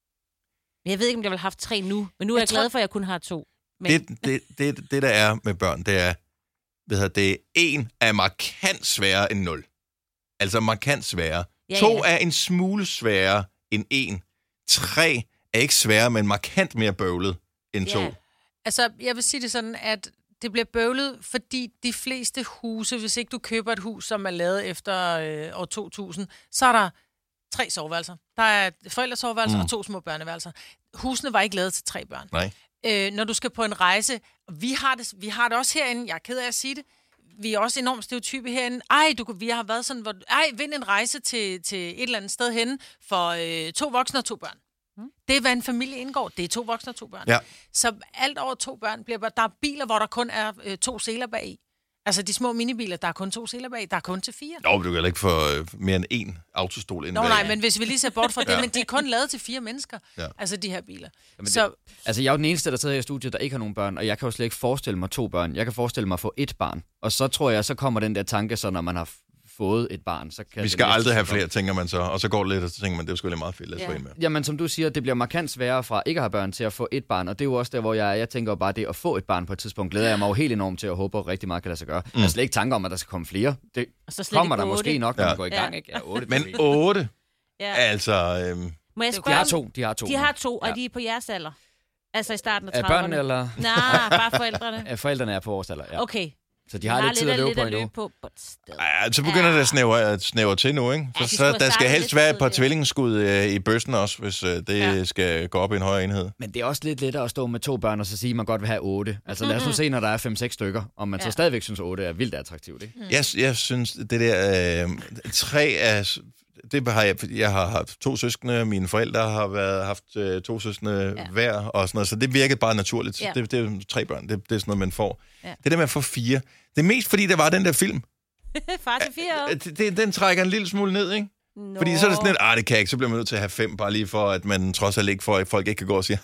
Men jeg ved ikke, om jeg vil have haft tre nu. Men nu er jeg, Jeg glad tror- for, at jeg kun har to. Men... Det, det, det, det, der er med børn, det er, hvad hedder det, en er markant sværere end nul. Altså markant sværere. Ja, To ja. er en smule sværere end en. Tre er ikke sværere, men markant mere bøvlet end to. Ja. Altså, jeg vil sige det sådan, at det bliver bøvlet, fordi de fleste huse, hvis ikke du køber et hus, som er lavet efter øh, år to tusind, så er der tre soveværelser. Der er forældresoveværelser mm. og to små børneværelser. Husene var ikke lavet til tre børn. Nej. Øh, når du skal på en rejse, vi har det, vi har det også herinde, jeg er ked af at sige det, vi er også enormt stereotype herinde. Ej, du, vi har været sådan, hvor, ej, vind en rejse til, til et eller andet sted henne for øh, to voksne og to børn. Mm. Det er, hvad en familie indgår. Det er to voksne og to børn. Ja. Så alt over to børn bliver... Der er biler, hvor der kun er øh, to seler bag i. Altså de små minibiler, der er kun to seler bag. Der er kun til fire. Nå, men du kan heller ikke få øh, mere end én autostol ind Nå bag. nej, men hvis vi lige ser bort fra det, Ja. men de er kun lavet til fire mennesker. Ja. Altså de her biler. Jamen, Så det, altså, jeg er jo den eneste, der sidder her i studiet, der ikke har nogen børn, og jeg kan jo slet ikke forestille mig to børn. Jeg kan forestille mig at få et barn. Og så tror jeg, så kommer den der tanke, så når man har fået et barn, så kan Vi det skal næste aldrig have så komme. flere, tænker man så. Og så går det lidt, og så tænker man, det er sgu lidt meget fedt. Lad os få en med. Jamen, som du siger, det bliver markant sværere fra ikke at have børn til at få et barn, og det er jo også der, hvor jeg er. Jeg tænker jo bare, det at få et barn på et tidspunkt, glæder jeg mig jo helt enormt til at håbe, at rigtig meget kan lade sig gøre. Mm. Jeg har slet ikke tanker om, at der skal komme flere. Det Og så slet kommer ikke der otte. måske nok, når Ja. man går i gang, Ja. ikke? Ja, otte. Men otte, Ja. altså... Øhm, Må jeg De spørge, har om- to, de har to. De har to, og Ja. de er på jeres alder. Altså i starten af Er trediverne. børnene, eller? Nej, bare forældrene. Ja, forældrene er på vores alder, ja. Okay. Så de har lidt tid at løbe lidt på at endnu. løbe på. But still. ja, så begynder det at snævre, at snævre til nu, ikke? Ja, Så, de så skulle have der skal startet helst lidt være et par tidligere. tvillingsskud øh, i bøssen også, hvis øh, det Ja. skal gå op i en højere enhed. Men det er også lidt lettere at stå med to børn og så sige, at man godt vil have otte. Altså lad os nu se, når der er fem seks stykker, om man så Ja. stadigvæk synes, otte er vildt attraktivt, ikke? Jeg, jeg synes, det der... Øh, tre er... Det har jeg, jeg har haft to søskende, mine forældre har været, haft øh, to søskende Ja. hver, og sådan noget, så det virkede bare naturligt. Ja. Det, det er jo tre børn, det, det er sådan noget, man får. Ja. Det der med at få fire, det er mest fordi, der var den der film. Far til fire år. Det, det, den trækker en lille smule ned, ikke? Nå. Fordi så er det sådan lidt, ah, det kan jeg ikke, så bliver man nødt til at have fem, bare lige for, at man trods alt ikke får, at folk ikke kan gå og sige,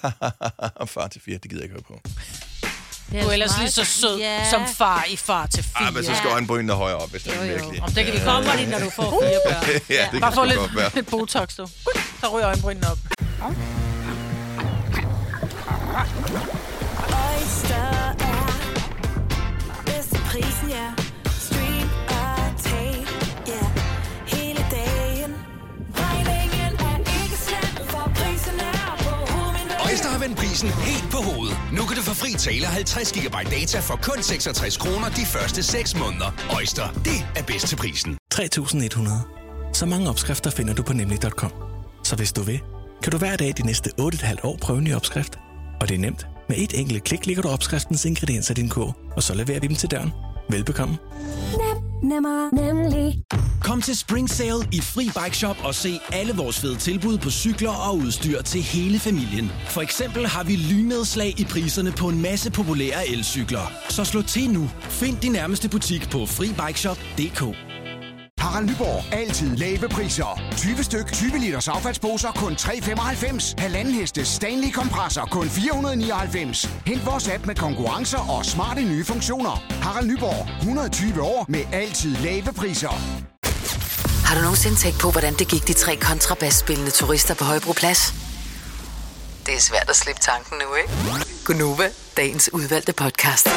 far til fire, det gider jeg ikke høre på. Det du er altså ellers meget- lige så sød Ja. som far i far til fire. Ah, men så skal øjenbrynene højere op, hvis det er virkelig. Om det kan vi Kommer komme de, når du får fire børn? Ja, det Bare kan få sgu lidt, godt være. lidt botox, du. Så ryger øjenbrynene op. Oyster er bedst til prisen, ja. Stream og tag, ja. Hele dagen. Regningen er ikke slem, for prisen er på hovedet. Oyster har vendt prisen helt på hovedet. Nu kan du få fri tale halvtreds gigabyte data for kun seksogtres kroner de første seks måneder. Oyster, det er bedst til prisen. tre tusind et hundrede. Så mange opskrifter finder du på nemlig punktum com. Så hvis du vil, kan du hver dag de næste otte komma fem år prøve en ny opskrift. Og det er nemt. Med et enkelt klik ligger du opskriftens ingredienser i din kog, og så leverer vi dem til døren. Velbekomme. Nem, nemmer, nemlig. Kom til Spring Sale i Fri Bike Shop og se alle vores fede tilbud på cykler og udstyr til hele familien. For eksempel har vi lynedslag i priserne på en masse populære elcykler. Så slå til nu. Find din nærmeste butik på fri bike shop punktum d k. Harald Nyborg. Altid lave priser. tyve styk, tyve liters affaldsposer kun tre femoghalvfems. Halvanden heste Stanley kompresser kun fire hundrede nioghalvfems. Hent vores app med konkurrencer og smarte nye funktioner. Harald Nyborg. hundrede og tyve år med altid lave priser. Har du nogensinde tænkt på, hvordan det gik de tre kontrabasspillende turister på Højbroplads? Det er svært at slippe tanken nu, ikke? Gunova, dagens udvalgte podcast.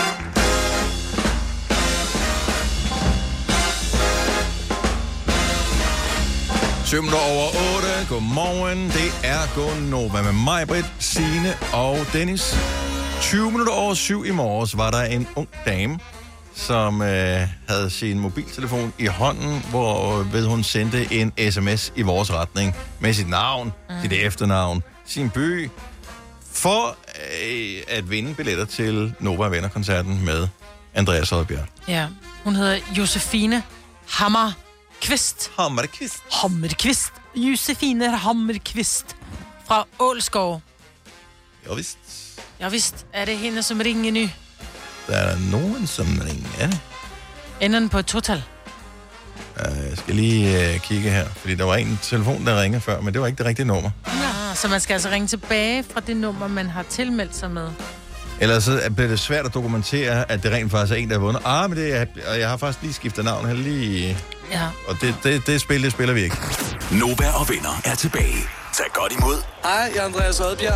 syv minutter over otte. Godmorgen. Det er Gunova med mig, Britt, Signe og Dennis. tyve minutter over syv i morges var der en ung dame, som øh, havde sin mobiltelefon i hånden, hvor ved hun sendte en sms i vores retning med sit navn, mm. sit efternavn, sin by, for øh, at vinde billetter til Nova Venner-koncerten med Andreas Oddbjerg. Ja, hun hedder Josefine Hammerqvist. Hammerqvist. Hammerqvist. Josefine Hammerqvist fra Ålskov. Ja, vist. Ja, vist. Er det hende, som ringer nu? Der er nogen, som ringer. Ender den på et total? Jeg skal lige uh, kigge her, fordi der var en telefon, der ringede før, men det var ikke det rigtige nummer. Ja, så man skal altså ringe tilbage fra det nummer, man har tilmeldt sig med. Ellers så bliver det svært at dokumentere, at det rent faktisk er en, der har vundet. Ah, men det er, og jeg har faktisk lige skiftet navn her lige... Ja. Og det, det, det spil, det spiller vi ikke. Nova og Venner er tilbage. Tag godt imod. Hej, jeg er Andreas Oddbjerg.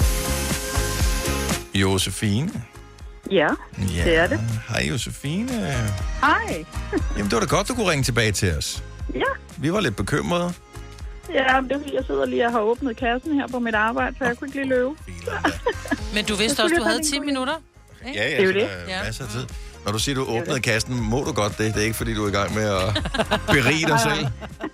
Josefine. Ja, ja, det er det. Hej Josefine. Hej. Jamen, det var da godt, du kunne ringe tilbage til os. Ja. Vi var lidt bekymrede. Ja, det er fordi, jeg sidder lige og har åbnet kassen her på mit arbejde, så jeg kunne ikke lige løbe. Men du vidste også, du havde ti minutter? Ja, ja, det er jo så det. der er masser af tid. Når du siger, du åbnede kassen, må du godt det. Det er ikke, fordi du er i gang med at berige dig selv.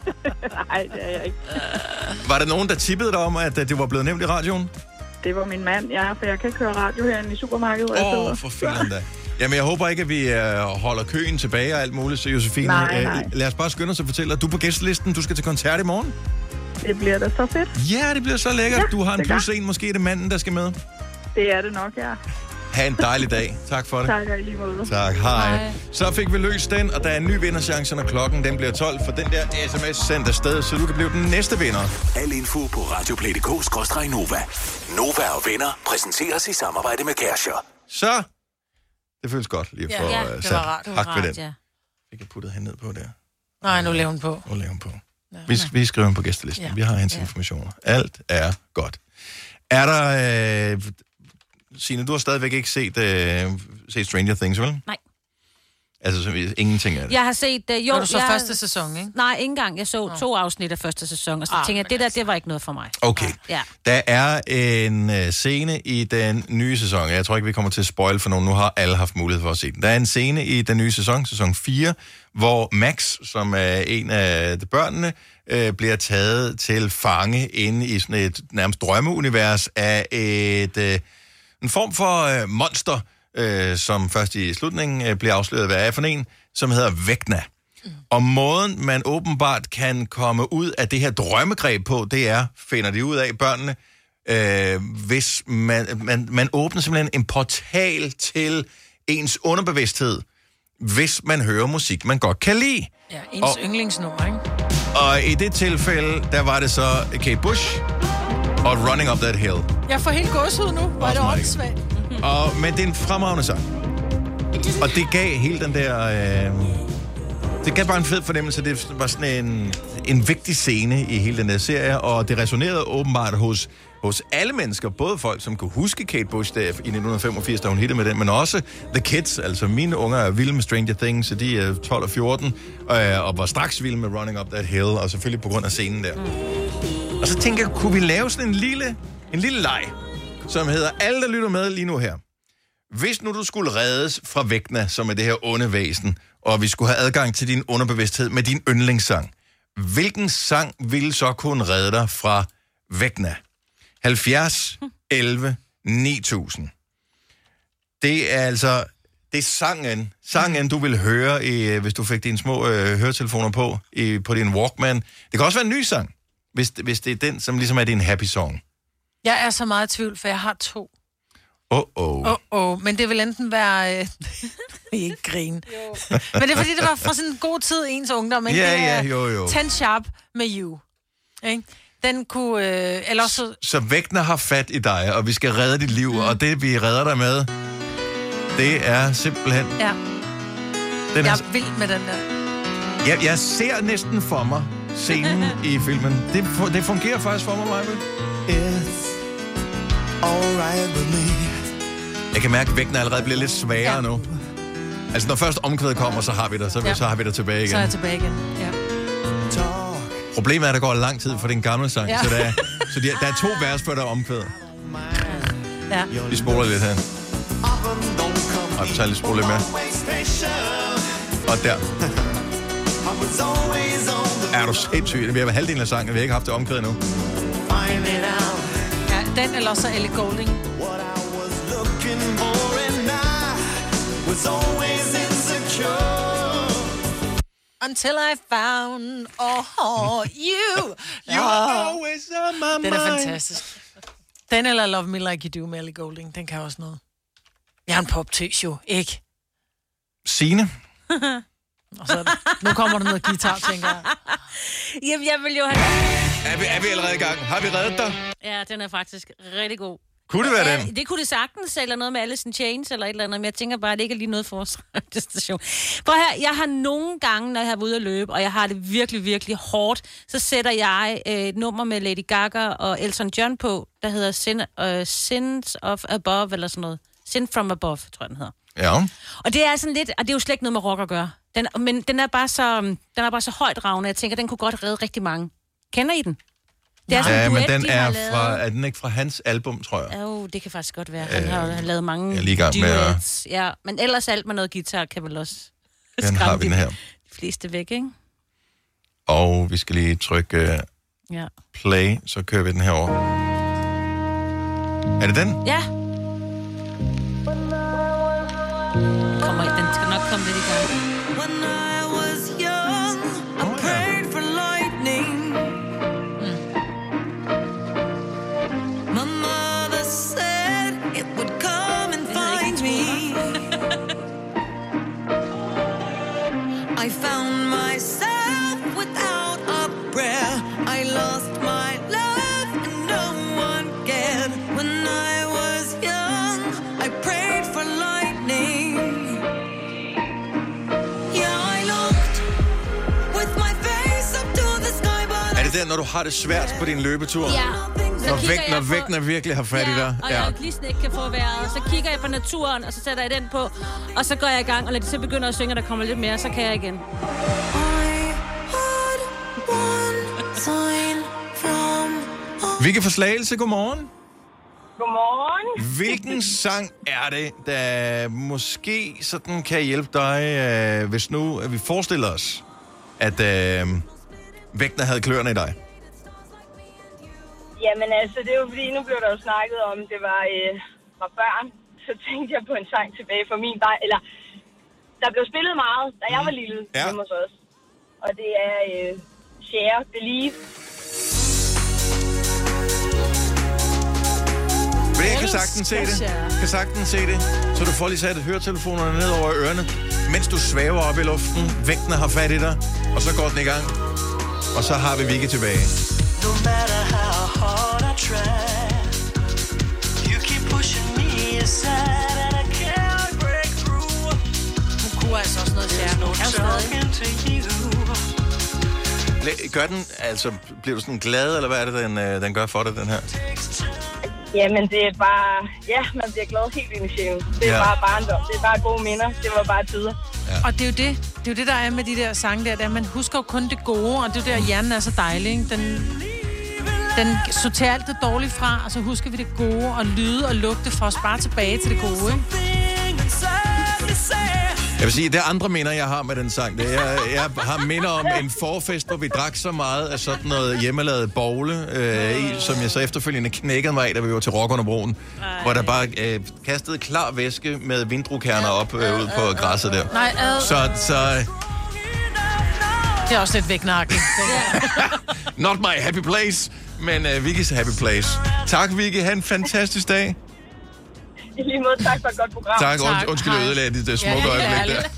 Nej, det er jeg ikke. Var der nogen, der tippede dig om, at det var blevet nemt i radioen? Det var min mand, ja, for jeg kan køre radio herinde i supermarkedet. Åh, oh, for filen da. Jamen, jeg håber ikke, at vi uh, holder køen tilbage og alt muligt, så Josefine. Nej, nej. Uh, lad os bare skynde os og fortælle dig, du er på gæstelisten. Du skal til koncert i morgen. Det bliver da så fedt. Ja, det bliver så lækkert. Ja, du har en det gør. plus en, måske er det manden, der skal med. Det er det nok, ja. Ha' en dejlig dag. Tak for det. Tak, og i lige måde. Tak, hej. hej. Så fik vi løst den, og der er en ny vinderchance, når klokken den bliver tolv, for den der sms sendt afsted, så du kan blive den næste vinder. Al info på radioplay punktum d k skråstreg Nova. Nova og Venner præsenteres i samarbejde med Kærcher. Så, det føles godt lige at få ja, ja, det sat var rart, det var hak ved rart, den. ja. Fik jeg puttet hende ned på der. Nej, nu laver hun på. Nu laver hun på. Ja. Vi, vi skriver hende på gæstelisten. Ja. Vi har hendes ja. informationer. Alt er godt. Er der... Øh, Signe, du har stadigvæk ikke set, uh, set Stranger Things, vel? Nej. Altså, så, ingenting af det. Jeg har set... Uh, jo, har du så jeg, første sæson, ikke? Nej, ikke engang. Jeg så to afsnit af første sæson, og så Ah, tænkte jeg, det der, det var ikke noget for mig. Okay. Ja. Der er en uh, scene i den nye sæson. Jeg tror ikke, vi kommer til at spoil for nogen. Nu har alle haft mulighed for at se den. Der er en scene i den nye sæson, sæson fire, hvor Max, som er en af de børnene, uh, bliver taget til fange inde i sådan et nærmest drømmeunivers af et... Uh, en form for øh, monster, øh, som først i slutningen øh, bliver afsløret, hvad er for en, som hedder Vecna. Mm. Og måden, man åbenbart kan komme ud af det her drømmegreb på, det er, finder de ud af børnene, øh, hvis man, man, man åbner simpelthen en portal til ens underbevidsthed, hvis man hører musik, man godt kan lide. Ja, ens og, yndlingsnummer, ikke? Og i det tilfælde, der var det så Kate Bush og Running Up That Hill. Jeg får helt gåsehud nu. Var det åndssvagt? Og, men det er en fremragende sang. Og det gav hele den der... Øh, det gav bare en fed fornemmelse. Det var sådan en, en vigtig scene i hele den der serie, og det resonerede åbenbart hos, hos alle mennesker. Både folk, som kunne huske Kate Bush der i nitten femogfirs, da hun hittede med den, men også the kids. Altså mine unger er vilde med Stranger Things, så de er tolv og fjorten, øh, og var straks vilde med Running Up That Hill, og selvfølgelig på grund af scenen der. Og så tænker jeg, kunne vi lave sådan en lille, en lille leg, som hedder, alle der lytter med lige nu her. Hvis nu du skulle reddes fra Vecna, som er det her onde væsen, og vi skulle have adgang til din underbevidsthed med din yndlingssang, hvilken sang ville så kunne redde dig fra Vecna? halvfjerds elleve ni tusind. Det er altså Det er sangen, sangen du vil høre, i, hvis du fik dine små øh, høretelefoner på, i, på din Walkman. Det kan også være en ny sang, hvis, hvis det er den, som ligesom er din happy song. Jeg er så meget i tvivl, for jeg har to. Åh, oh, åh. Oh. Oh, oh. Men det vil enten være... Øh... ikke grine. Men det er fordi, det var fra sådan en god tid i ens ungdom, ikke? Ja, det er ja, jo, jo. Ten Sharp med You. Ikke? Den kunne... Øh... Eller så... Så Vægtner har fat i dig, og vi skal redde dit liv, mm. og det vi redder dig med, det er simpelthen... Ja. Den jeg er vild med den der. Jeg, jeg ser næsten for mig scenen i filmen. Det, det fungerer faktisk for mig, Michael. It's all right with me. Jeg kan mærke, at vægten allerede bliver lidt sværere ja. nu. Altså, når først omkvædet kommer, så har vi dig, så, ja. så har vi dig tilbage igen. Så er jeg tilbage igen, ja. Problemet er, at der går lang tid for den gamle sang, ja. så, der er, så der, der er to vers før der er omkvædet. Ja. Vi spoler lidt her. Og vi tager lidt spole lidt mere. Og der. Er du sindssygt? Vi har halvdelen af sangen, vi har ikke haft det omkvædet endnu. Ja, den eller også Ellie Goulding. Until I found oh, you. You're always on my mind. Den er fantastisk. Den eller Love Me Like You Do med Ellie Goulding, den kan også noget. Jeg er en poptøs jo, ikke? Signe? Og så nu kommer der noget guitar, tænker jeg. Jamen, jeg vil jo have... Er vi, er vi allerede i gang? Har vi reddet dig? Ja, den er faktisk rigtig god. Kunne det være ja, den? Det kunne det sagtens, eller noget med Alice in Chains, eller et eller andet, men jeg tænker bare, at det ikke er lige noget for vores station. Prøv her, jeg har nogle gange, når jeg har været ude at løbe, og jeg har det virkelig, virkelig hårdt, så sætter jeg øh, et nummer med Lady Gaga og Elton John på, der hedder Sin, uh, Sins of Above, eller sådan noget. Sin from Above, tror jeg, den hedder. Ja. Og det er sådan lidt, og det er jo slet ikke noget med rock at gøre. Den, men den er bare så, den er bare så højt ravende, jeg tænker, den kunne godt redde rigtig mange. Kender I den? Det er ja, duet, men den er fra, er den ikke fra hans album, tror jeg? Jo, oh, det kan faktisk godt være. Han øh, har jo lavet mange jeg er lige gang med duets. At... Ja, men ellers alt med noget guitar kan vel også den har vi den her. De fleste væk, ikke? Og vi skal lige trykke uh, ja. play, så kører vi den her over. Er det den? Ja. Kommer ikke, den skal nok komme lidt i gang. When I was young, I prayed for lightning. I found myself without a prayer. I lost my love and no one cared. When I was young, I prayed for lightning. Yeah, I looked with my face up to the sky, but er det der, når du har det svært på din løbetur? Ja. Når, væk, når vægten virkelig har fat ja, i dig. Og ja. jeg lige ikke kan få vejret. Så kigger jeg på naturen, og så sætter jeg den på. Og så går jeg i gang, og lader det så begynder at synge, og der kommer lidt mere, så kan jeg igen. Vicky fra Slagelse, godmorgen. Godmorgen. Hvilken sang er det, der måske sådan kan hjælpe dig, øh, hvis nu at vi forestiller os, at øh, vægten havde kløerne i dig? Jamen altså, det er jo fordi, nu blev der jo snakket om, det var øh, fra børn. Så tænkte jeg på en sang tilbage fra min bar. Eller, der blev spillet meget, da jeg var lille. Ja. Hjemme hos os. Og det er øh, Share, Believe. Men jeg kan sagtens se det. Jeg kan sagtens se det. Så du får lige sat høretelefonerne ned over ørerne, mens du svæver op i luften. Vægten har fat i dig, og så går den i gang. Og så har vi Vicky tilbage. No matter how hard I try, you keep pushing me aside and I can't break through. Hun kunne altså også noget sjære. No talking to you. Gør den, altså, bliver du sådan glad, eller hvad er det, den, den gør for dig, den her? Jamen, det er bare... Ja, man bliver glad helt ind i sjælen. Det er ja. bare barndom. Det er bare gode minder. Det var bare tider. Ja. Og det er jo det. Det er jo det, der er med de der sange der. der man husker jo kun det gode, og det er jo der, hjernen er så dejlig, ikke? Den, den sorterer alt det dårlige fra, og så husker vi det gode, og lyde og lugte for os bare tilbage til det gode, ikke? Jeg vil sige, det er andre minder, jeg har med den sang. Det er, jeg, jeg har minder om en forfest, hvor vi drak så meget af sådan noget hjemmelavet bogle, øh, i, som jeg så efterfølgende knækkede mig af, da vi var til Rock under broen, hvor der bare øh, kastede klar væske med vindruekerner op øh, ud på græsset der. Nej, ad. Så, så Det er også lidt væknagtigt. not my happy place, men uh, Vickys happy place. Tak, Vicky. Ha' en fantastisk dag. I lige måde, tak for et godt program. Tak. Und, undskyld, jeg ødelagde dit uh, smukke ja, øjeblik der.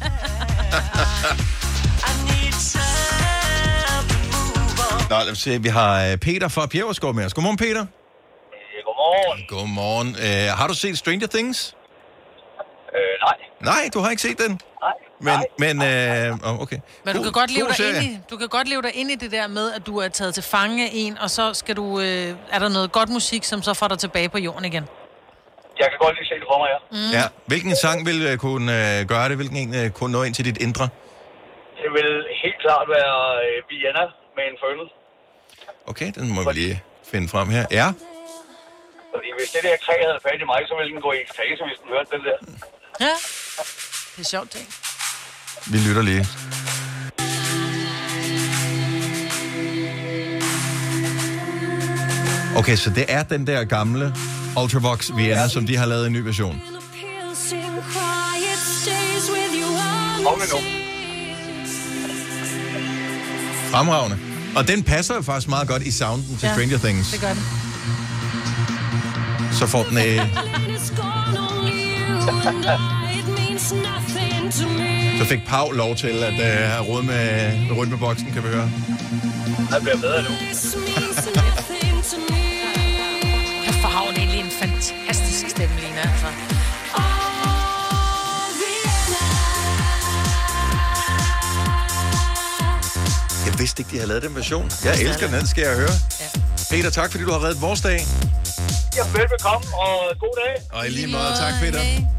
Nå, lad os se. Vi har Peter fra Bjergårdsgård med os. Godmorgen, Peter. Ja, godmorgen. Godmorgen. Uh, har du set Stranger Things? Øh, nej. Nej, du har ikke set den? Nej. Men, men øh, okay. Men du kan, godt leve dig ind i, du kan godt leve dig ind i det der med, at du er taget til fange af en, og så skal du, øh, er der noget godt musik, som så får dig tilbage på jorden igen. Jeg kan godt lige se det for mig, ja. Mm. Ja. Hvilken sang vil uh, kunne uh, gøre det? Hvilken en uh, kunne nå ind til dit indre? Det vil helt klart være uh, Vienna med Infernal. Okay, den må vi lige finde frem her. Ja. Fordi hvis det der kræ havde fat i mig, så ville den gå i ekstase, hvis den hørte den der. Ja. Det er sjovt, ting. Vi lytter lige. Okay, så det er den der gamle Ultravox Vienna, som de har lavet en ny version. Fremragende. Og den passer jo faktisk meget godt i sounden til ja, Stranger Things. Det gør den. Så får den øh... Så fik Pau lov til at uh, have råd med, med rytmeboksen, kan vi høre. Det bliver bedre nu. Jeg får egentlig en fantastisk stemme, Lina. Altså. Jeg vidste ikke, de havde lavet den version. Jeg elsker den, den skal jeg høre. Ja. Peter, tak fordi du har reddet vores dag. Ja, velbekomme, og god dag. Og i lige måde, tak Peter.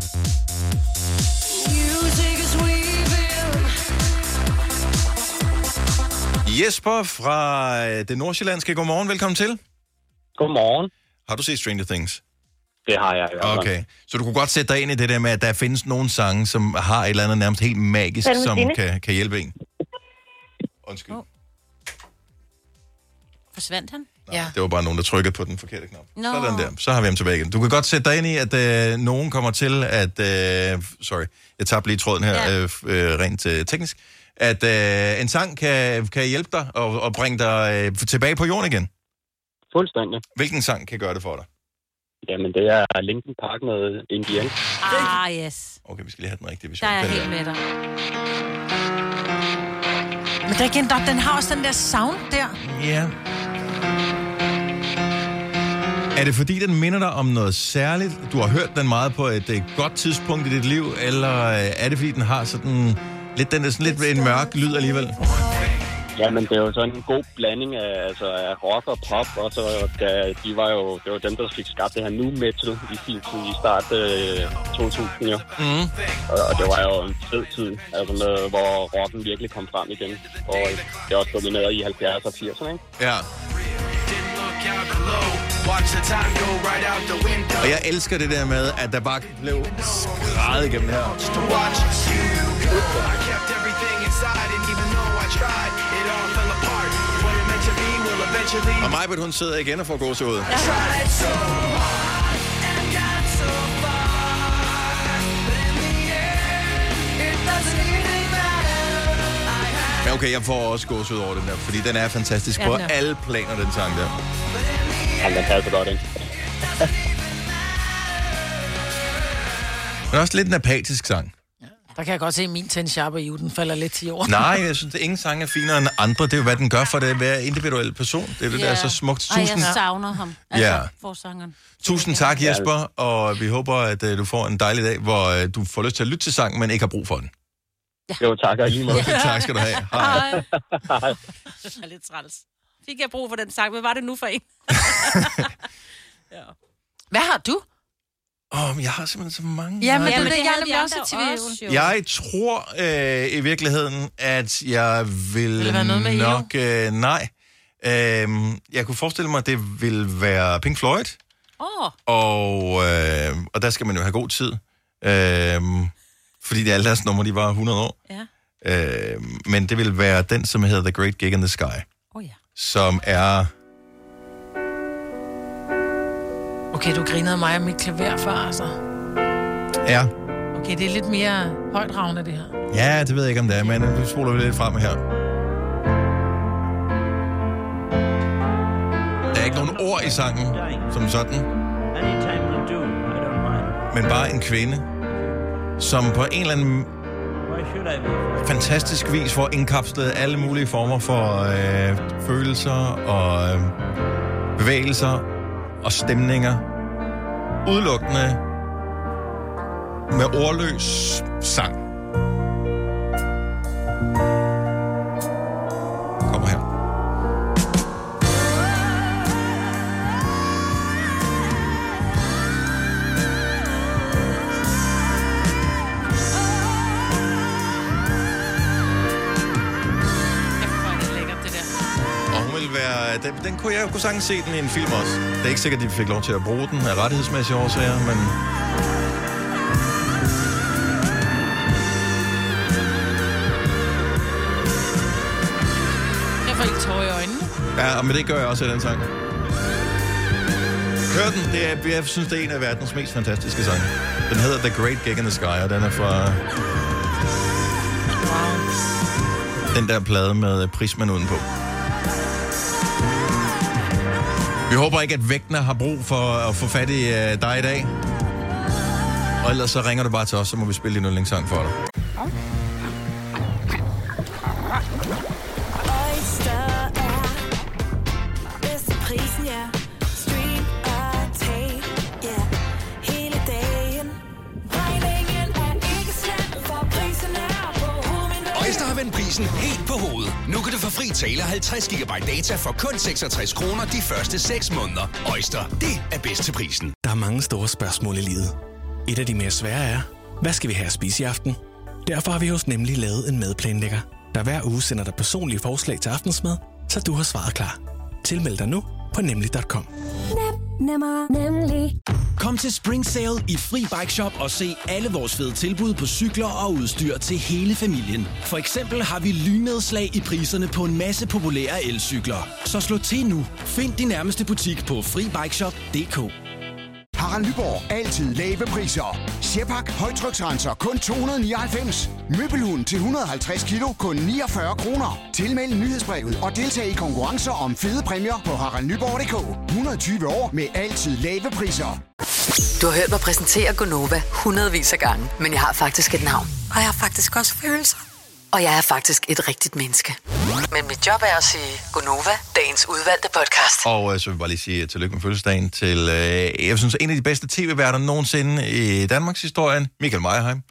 Jesper fra det nordsjællandske. Godmorgen, velkommen til. Godmorgen. Har du set Stranger Things? Det har jeg. jeg okay, så du kunne godt sætte dig ind i det der med, at der findes nogle sange, som har et eller andet nærmest helt magisk, som kan, kan hjælpe en. Undskyld. Oh. Forsvandt han? Nej, ja. Det var bare nogen, der trykkede på den forkerte knap. No. Sådan der. Så har vi ham tilbage igen. Du kan godt sætte dig ind i, at øh, nogen kommer til at... Øh, sorry, jeg tabte lige tråden her, ja. øh, øh, rent øh, teknisk. At øh, en sang kan, kan hjælpe dig og, og bringe dig øh, tilbage på jorden igen. Fuldstændig. Hvilken sang kan gøre det for dig? Jamen, det er Linkin Park med Indian. Ah, yes. Okay, vi skal lige have den rigtige vision. Der er jeg helt med dig. Men der igen, der, den har også den der sound der. Ja. Er det fordi, den minder dig om noget særligt? Du har hørt den meget på et, et godt tidspunkt i dit liv, eller er det fordi, den har sådan lidt, den er sådan lidt en mørk lyd alligevel? Jamen, det er jo sådan en god blanding af, altså, af rock og pop, og så da, de var jo, det var dem, der fik skabt det her nu metal i sin tid i start øh, to tusind, jo. Mm. Og, og det var jo en fed tid, altså med, hvor rocken virkelig kom frem igen, og det var domineret i halvfjerdserne og firserne, ikke? Ja. Og jeg elsker det der med, at der bare blev skrædet igennem her. Og Majbert, hun sidder igen og får gåsehud. Ja. Men okay, jeg får også gåsehud over den der, fordi den er fantastisk ja, på er. alle planer, den sang der. Ja, den passer godt, ikke? Men også lidt en apatisk sang. Der kan jeg godt se, at min ten sharp i den falder lidt til jorden. Nej, jeg synes, at ingen sang er finere end andre. Det er jo, hvad den gør for det at være individuel person. Det er det, yeah. der er så smukt. Tusind... Ej, jeg savner ham. Altså, ja. forsangeren. Tusind tak, Jesper, og vi håber, at uh, du får en dejlig dag, hvor uh, du får lyst til at lytte til sangen, men ikke har brug for den. Ja. Jo, tak, og lige måde. Tak skal du have. Hej. Hej. Det er lidt træls. Fik jeg brug for den sang, men var det nu for en? Ja. Hvad har du? Åh, oh, jeg har simpelthen så mange. Ja, men ja, det, men det, det jeg havde er de også også, også også Jeg tror øh, i virkeligheden, at jeg vil, vil være noget med nok... Øh, nej. Øh, jeg kunne forestille mig, at det vil være Pink Floyd. Oh. Og, øh, og der skal man jo have god tid. Øh, fordi de alle deres numre, de var hundrede år. Ja. Øh, men det vil være den, som hedder The Great Gig in the Sky. Oh, ja. Som er... Okay, du grinede mig af mit klaver før, altså. Ja. Okay, det er lidt mere højtravende, det her. Ja, det ved jeg ikke, om det er, men vi spoler lidt frem her. Der er ikke nogen ord i sangen, som sådan. Men bare en kvinde, som på en eller anden fantastisk vis får indkapslet alle mulige former for øh, følelser og øh, bevægelser og stemninger. Udelukkende med ordløs sang. Kommer her. Og hun vil være... Den, den kunne jeg jo kunne sagtens se den i en film også. Det er ikke sikkert, at de fik lov til at bruge den af rettighedsmæssige årsager, men... Jeg får ikke tårer i øjnene. Ja, men det gør jeg også i den sang. Hør den. Det er, jeg synes, det er en af verdens mest fantastiske sange. Den hedder The Great Gig in the Sky, og den er fra... Wow. Den der plade med Prisman udenpå. Vi håber ikke, at vægtene har brug for at få fat i uh, dig i dag. Og ellers så ringer du bare til os, så må vi spille din yndlingssang for dig. Øjster har vendt prisen helt på hovedet. Nu kan du få fri tale halvtreds gigabyte data for kun seksogtres kroner de første seks måneder. Øjster, det er bedst til prisen. Der er mange store spørgsmål i livet. Et af de mere svære er, hvad skal vi have at spise i aften? Derfor har vi hos Nemlig lavet en madplanlægger, der hver uge sender dig personlige forslag til aftensmad, så du har svaret klar. Tilmeld dig nu på nemlig punktum com. Nem, nemmer, nemlig. Kom til Spring Sale i Fri Bike Shop og se alle vores fede tilbud på cykler og udstyr til hele familien. For eksempel har vi lynedslag i priserne på en masse populære elcykler. Så slå til nu. Find din nærmeste butik på fri bike shop punktum d k. Harald Nyborg. Altid lave priser. Sjehpak. Højtryksrenser. Kun to hundrede nioghalvfems. Møbelhund til et hundrede og halvtreds kilo. Kun niogfyrre kroner. Tilmeld nyhedsbrevet og deltag i konkurrencer om fede præmier på harald nyborg punktum d k. et hundrede og tyve år med altid lave priser. Du har hørt mig præsentere Gonova hundredvis af gange, men jeg har faktisk et navn. Og jeg har faktisk også følelser. Og jeg er faktisk et rigtigt menneske. Men mit job er at sige Gonova, dagens udvalgte podcast. Og øh, så vil jeg bare lige sige tillykke med fødselsdagen til, øh, jeg synes, en af de bedste tv-værter nogensinde i Danmarks historien, Michael Meyerheim.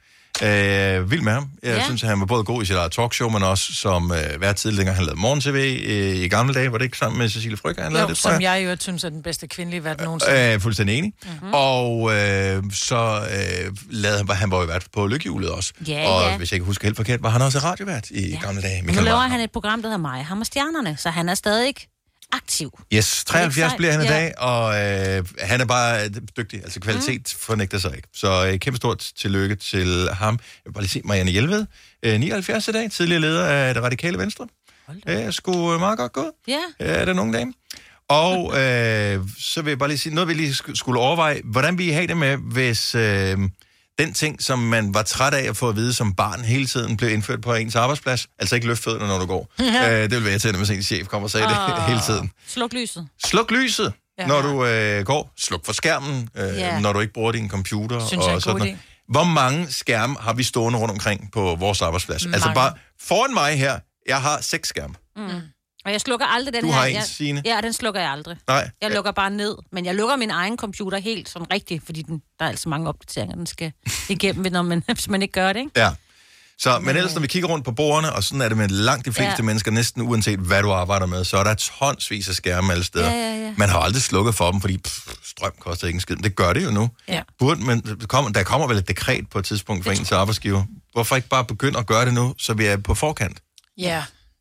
Øh, vild med ham. Jeg ja. synes, at han var både god i sit eget talkshow, men også som øh, hver tid, dengang han lavede morgen-tv øh, i gamle dage. Var det ikke sammen med Cecilie Frøkjær, han jo, lavede det, som jeg jo synes er den bedste kvindelige vært nogensinde. Øh, fuldstændig enig. Mm-hmm. Og øh, så øh, lavede han, han var jo vært på Lykkehjulet også. Ja, og ja. hvis jeg ikke husker helt forkert, var han også radiovært i ja. gamle dage. Nu laver han et program, der hedder Mig, ham og stjernerne, så han er stadig aktiv. Yes, treoghalvfjerds bliver han i dag, og øh, han er bare dygtig. Altså kvalitet mm. fornægter sig ikke. Så øh, kæmpe stort tillykke til ham. Jeg vil bare lige se Marianne Jelved, øh, nioghalvfjerds i dag, tidligere leder af det radikale Venstre. Det er sgu meget godt gået. Ja. Er der nogen dame? Og øh, så vil jeg bare lige sige, noget vi lige skulle overveje, hvordan vi have det med, hvis øh, den ting, som man var træt af at få at vide som barn hele tiden, blev indført på ens arbejdsplads. Altså ikke løft fødderne, når du går. Ja. Øh, det vil være til, hvis en chef kommer og sagde oh. det hele tiden. Sluk lyset. Sluk lyset, ja. når du øh, går. Sluk for skærmen, øh, ja. når du ikke bruger din computer. Synes og jeg sådan noget. Hvor mange skærme har vi stående rundt omkring på vores arbejdsplads? Mange. Altså bare foran mig her, jeg har seks skærme. Mm. Og jeg slukker aldrig den du her. Du har en, jeg, Signe? Ja, den slukker jeg aldrig. Nej. Jeg lukker bare ned. Men jeg lukker min egen computer helt sådan rigtigt, fordi den, der er altså mange opdateringer, den skal igennem, når man, hvis man ikke gør det, ikke? Ja. Så, men ellers, når vi kigger rundt på bordene, og sådan er det med langt de fleste ja. mennesker, næsten uanset hvad du arbejder med, så er der tonsvis af skærme alle steder. Ja, ja, ja. Man har aldrig slukket for dem, fordi pff, strøm koster ikke en skid. Det gør det jo nu. Ja. Burde, men der kommer vel et dekret på et tidspunkt for ens arbejdsgiver. Hvorfor ikke bare begynde at gøre det nu, så vi er på forkant? Ja,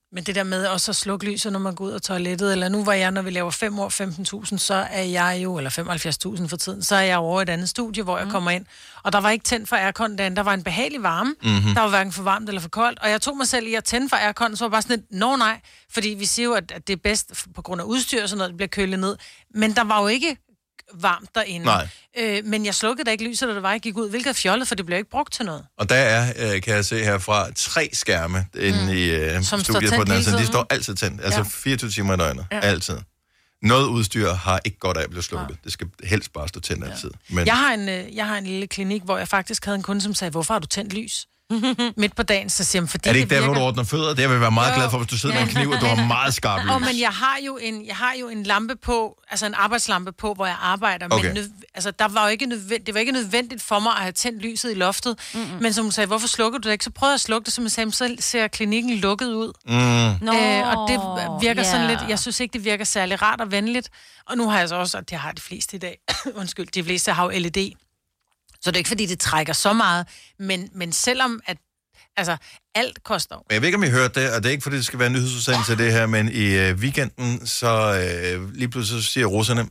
Men det der med også at slukke lyset, når man går ud af toilettet, eller nu var jeg, når vi laver fem år, femten tusind, så er jeg jo, eller femoghalvfjerds tusind for tiden, så er jeg over i et andet studie, hvor jeg mm. kommer ind. Og der var ikke tændt for aircon derinde, der var en behagelig varme. Mm-hmm. Der var hverken for varmt eller for koldt. Og jeg tog mig selv i at tænde for aircon, så var bare sådan et, nå nej, fordi vi siger jo, at det er bedst på grund af udstyr og sådan noget, det bliver kølet ned. Men der var jo ikke varmt derinde. Nej. Øh, men jeg slukkede da ikke lyset, da det var, jeg gik ud, hvilket er fjollet, for det blev ikke brugt til noget. Og der er, øh, kan jeg se herfra, tre skærme inde mm. i øh, studiet på den anden side. De står altid tændt, altså ja. fireogtyve timer i døgnet, ja. altid. Noget udstyr har ikke godt af at blive slukket. Ja. Det skal helst bare stå tændt ja. altid. Men... Jeg, har en, øh, jeg har en lille klinik, hvor jeg faktisk havde en kunde, som sagde, hvorfor har du tændt lys? Midt på dagen, så siger jeg, fordi er det ikke det der, virker... hvor du ordner fødder? Det vil jeg være meget glad for, hvis du sidder med en kniv, og du har meget skarp lys. Oh, men jeg har jo en, jeg har jo en lampe på, altså en arbejdslampe på, hvor jeg arbejder. Okay. Men nød, altså, der var jo ikke nødvendigt, det var ikke nødvendigt for mig at have tændt lyset i loftet. Mm-hmm. Men som hun sagde, hvorfor slukker du det ikke? Så prøvede jeg at slukke det, som jeg sagde, så ser klinikken lukket ud. Mm. Nå, øh, og det virker yeah. sådan lidt, jeg synes ikke, det virker særlig rart og venligt. Og nu har jeg så også, og det har de fleste i dag, undskyld, de fleste har jo L E D. Så det er ikke, fordi det trækker så meget. Men, men selvom at altså, alt koster. Jeg ved ikke, om I hørte det, og det er ikke, fordi det skal være en nyhedsudsendelse til det her, men i øh, weekenden, så øh, lige pludselig så siger russerne,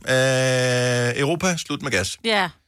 øh, Europa, slut med gas. Ja. Yeah.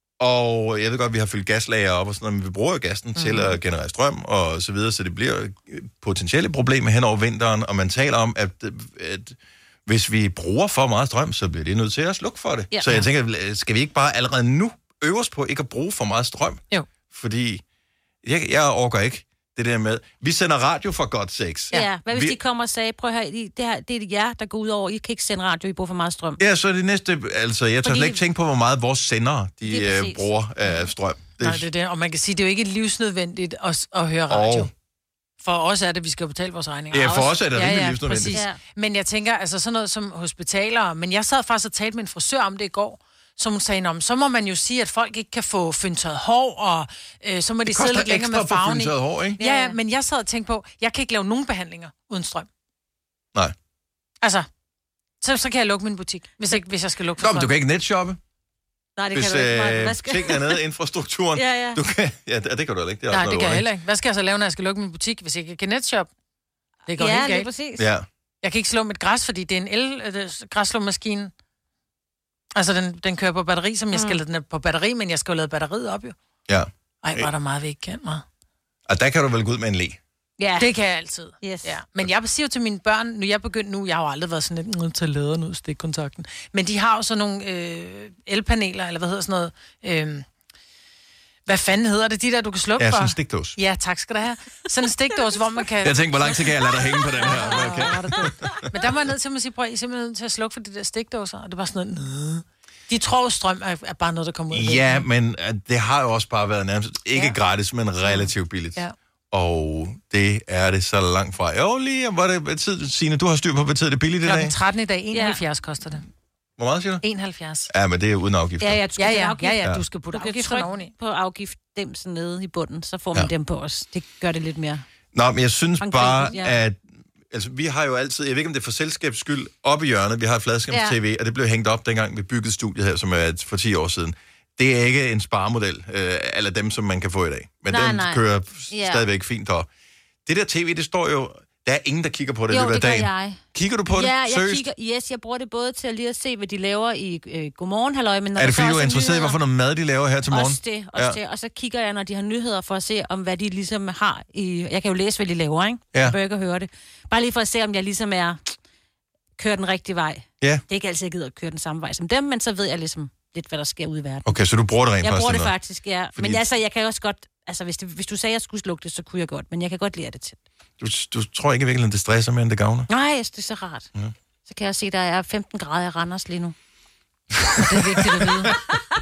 Og jeg ved godt, vi har fyldt gaslager op og sådan noget, men vi bruger gassen mm. til at generere strøm og så videre, så det bliver potentielle problemer hen over vinteren, og man taler om, at, at hvis vi bruger for meget strøm, så bliver det nødt til at slukke for det. Ja. Så jeg tænker, skal vi ikke bare allerede nu øve os på ikke at bruge for meget strøm? Jo. Fordi jeg, jeg overgår ikke det der med, vi sender radio for godt sakes. Ja, hvad hvis vi... de kommer og sagde, prøv at høre, det, her, det er jer, der går ud over, I kan ikke sende radio, I bruger for meget strøm. Ja, så er det næste, altså jeg tør Fordi... slet ikke tænke på, hvor meget vores sendere, de øh, bruger af strøm. Det... Nej, det er det, og man kan sige, det er jo ikke livsnødvendigt at, at høre radio. Oh. For os er det, at vi skal betale vores regninger. Ja, for os er det ja, rimelig ja, livsnødvendigt. Ja. Men jeg tænker, altså sådan noget som hospitaler, men jeg sad faktisk og talte med en frisør om det i går, som hun sagde, om, så må man jo sige, at folk ikke kan få fyndtørret hår, og øh, så må de sidde lidt længere med farven i. Hår, ikke? Ja, ja, men jeg sad og tænkte på, jeg kan ikke lave nogen behandlinger uden strøm. Nej. Altså, så, så kan jeg lukke min butik, hvis, ikke, hvis jeg skal lukke for strøm. Nå, men du kan ikke netshoppe? Nej, det hvis, kan du ikke. Øh, Hvad skal... ting er nede, infrastrukturen. ja, ja. Du kan, ja, det kan du ikke. Det er Nej, også det kan jeg heller ikke. ikke. Hvad skal jeg så lave, når jeg skal lukke min butik, hvis jeg ikke kan netshoppe? Det går ja, helt galt. Ja, præcis. Ja. Jeg kan ikke slå mit græs, fordi det er en el-græsslåmaskine. Altså, den, den kører på batteri, som jeg skal lade den på batteri, men jeg skal jo lade batteriet op, jo. Ja. Ej, var der meget, vi ikke kan mig. Og der kan du vel gå ud med en le. Ja. Det kan jeg altid. Yes. Ja. Men jeg siger jo til mine børn, nu jeg begyndt nu, jeg har jo aldrig været sådan lidt, nu til lederen ud, stikkontakten. Men de har jo sådan nogle øh, elpaneler, eller hvad hedder sådan noget, øh, hvad fanden hedder det, de der, du kan slukke ja, for? Ja, sådan en stikdås. Ja, tak skal du have. Sådan en stikdås, hvor man kan... Jeg tænkte, hvor lang tid kan jeg lade dig hænge på den her? Okay. Men der var jeg nødt til at sige, prøv, I er simpelthen nødt til at slukke for de der stikdåser, og det var sådan noget... De tror, strøm er, er bare noget, der kommer ud af Ja, men det har jo også bare været nærmest ikke ja. gratis, men relativt billigt. Ja. Og det er det så langt fra. Jo, lige, hvor det tid, Signe, du har styr på, hvad tid det er billigt i dag? klokken tretten i dag, enoghalvfjerds ja. koster det. Hvor meget siger du? enoghalvfjerds. Ja, men det er uden afgifter. Ja, ja, ja, ja, afgift. ja, ja, du skal putte afgifterne oveni. På afgiftdæmsen nede i bunden, så får man ja. dem på os. Det gør det lidt mere. Nå, men jeg synes bare, ja. at altså, vi har jo altid, jeg ved ikke, om det er for selskabs skyld, oppe i hjørnet, vi har et fladskærms-tv, ja. og det blev hængt op, dengang vi byggede studiet her, som er for ti år siden. Det er ikke en sparemodel, øh, eller dem, som man kan få i dag. Men nej, den nej. kører yeah. stadigvæk fint op. Det der tv, det står jo, der er ingen, der kigger på det i jo, løbet af det dagen. Jeg. Kigger du på ja, det? Jeg Seriøst? kigger, yes, jeg bruger det både til at lige at se, hvad de laver i øh, Godmorgen, halløj, men når er det fordi, du er interesseret nyheder, i, hvorfor noget mad, de laver her til morgen? Også det, også ja. det. Og så kigger jeg, når de har nyheder, for at se, om hvad de ligesom har i... Jeg kan jo læse, hvad de laver, ikke? Ja. Jeg bør ikke høre det. Bare lige for at se, om jeg ligesom er... kører den rigtige vej. Ja. Det er ikke altid, jeg gider at køre den samme vej som dem, men så ved jeg ligesom lidt, hvad der sker ude i verden. Okay, så du bruger det rent Jeg faktisk? bruger det noget. faktisk, ja. Fordi... Men altså, jeg kan også godt... Altså, hvis, det, hvis du sagde, at jeg skulle slukke det, så kunne jeg godt. Men jeg kan godt lære det til. Du, du tror ikke virkelig, det stresser mere, end det gavner? Nej, det er så rart. Ja. Så kan jeg se, at der er femten grader i Randers lige nu. Og det er vigtigt at vide.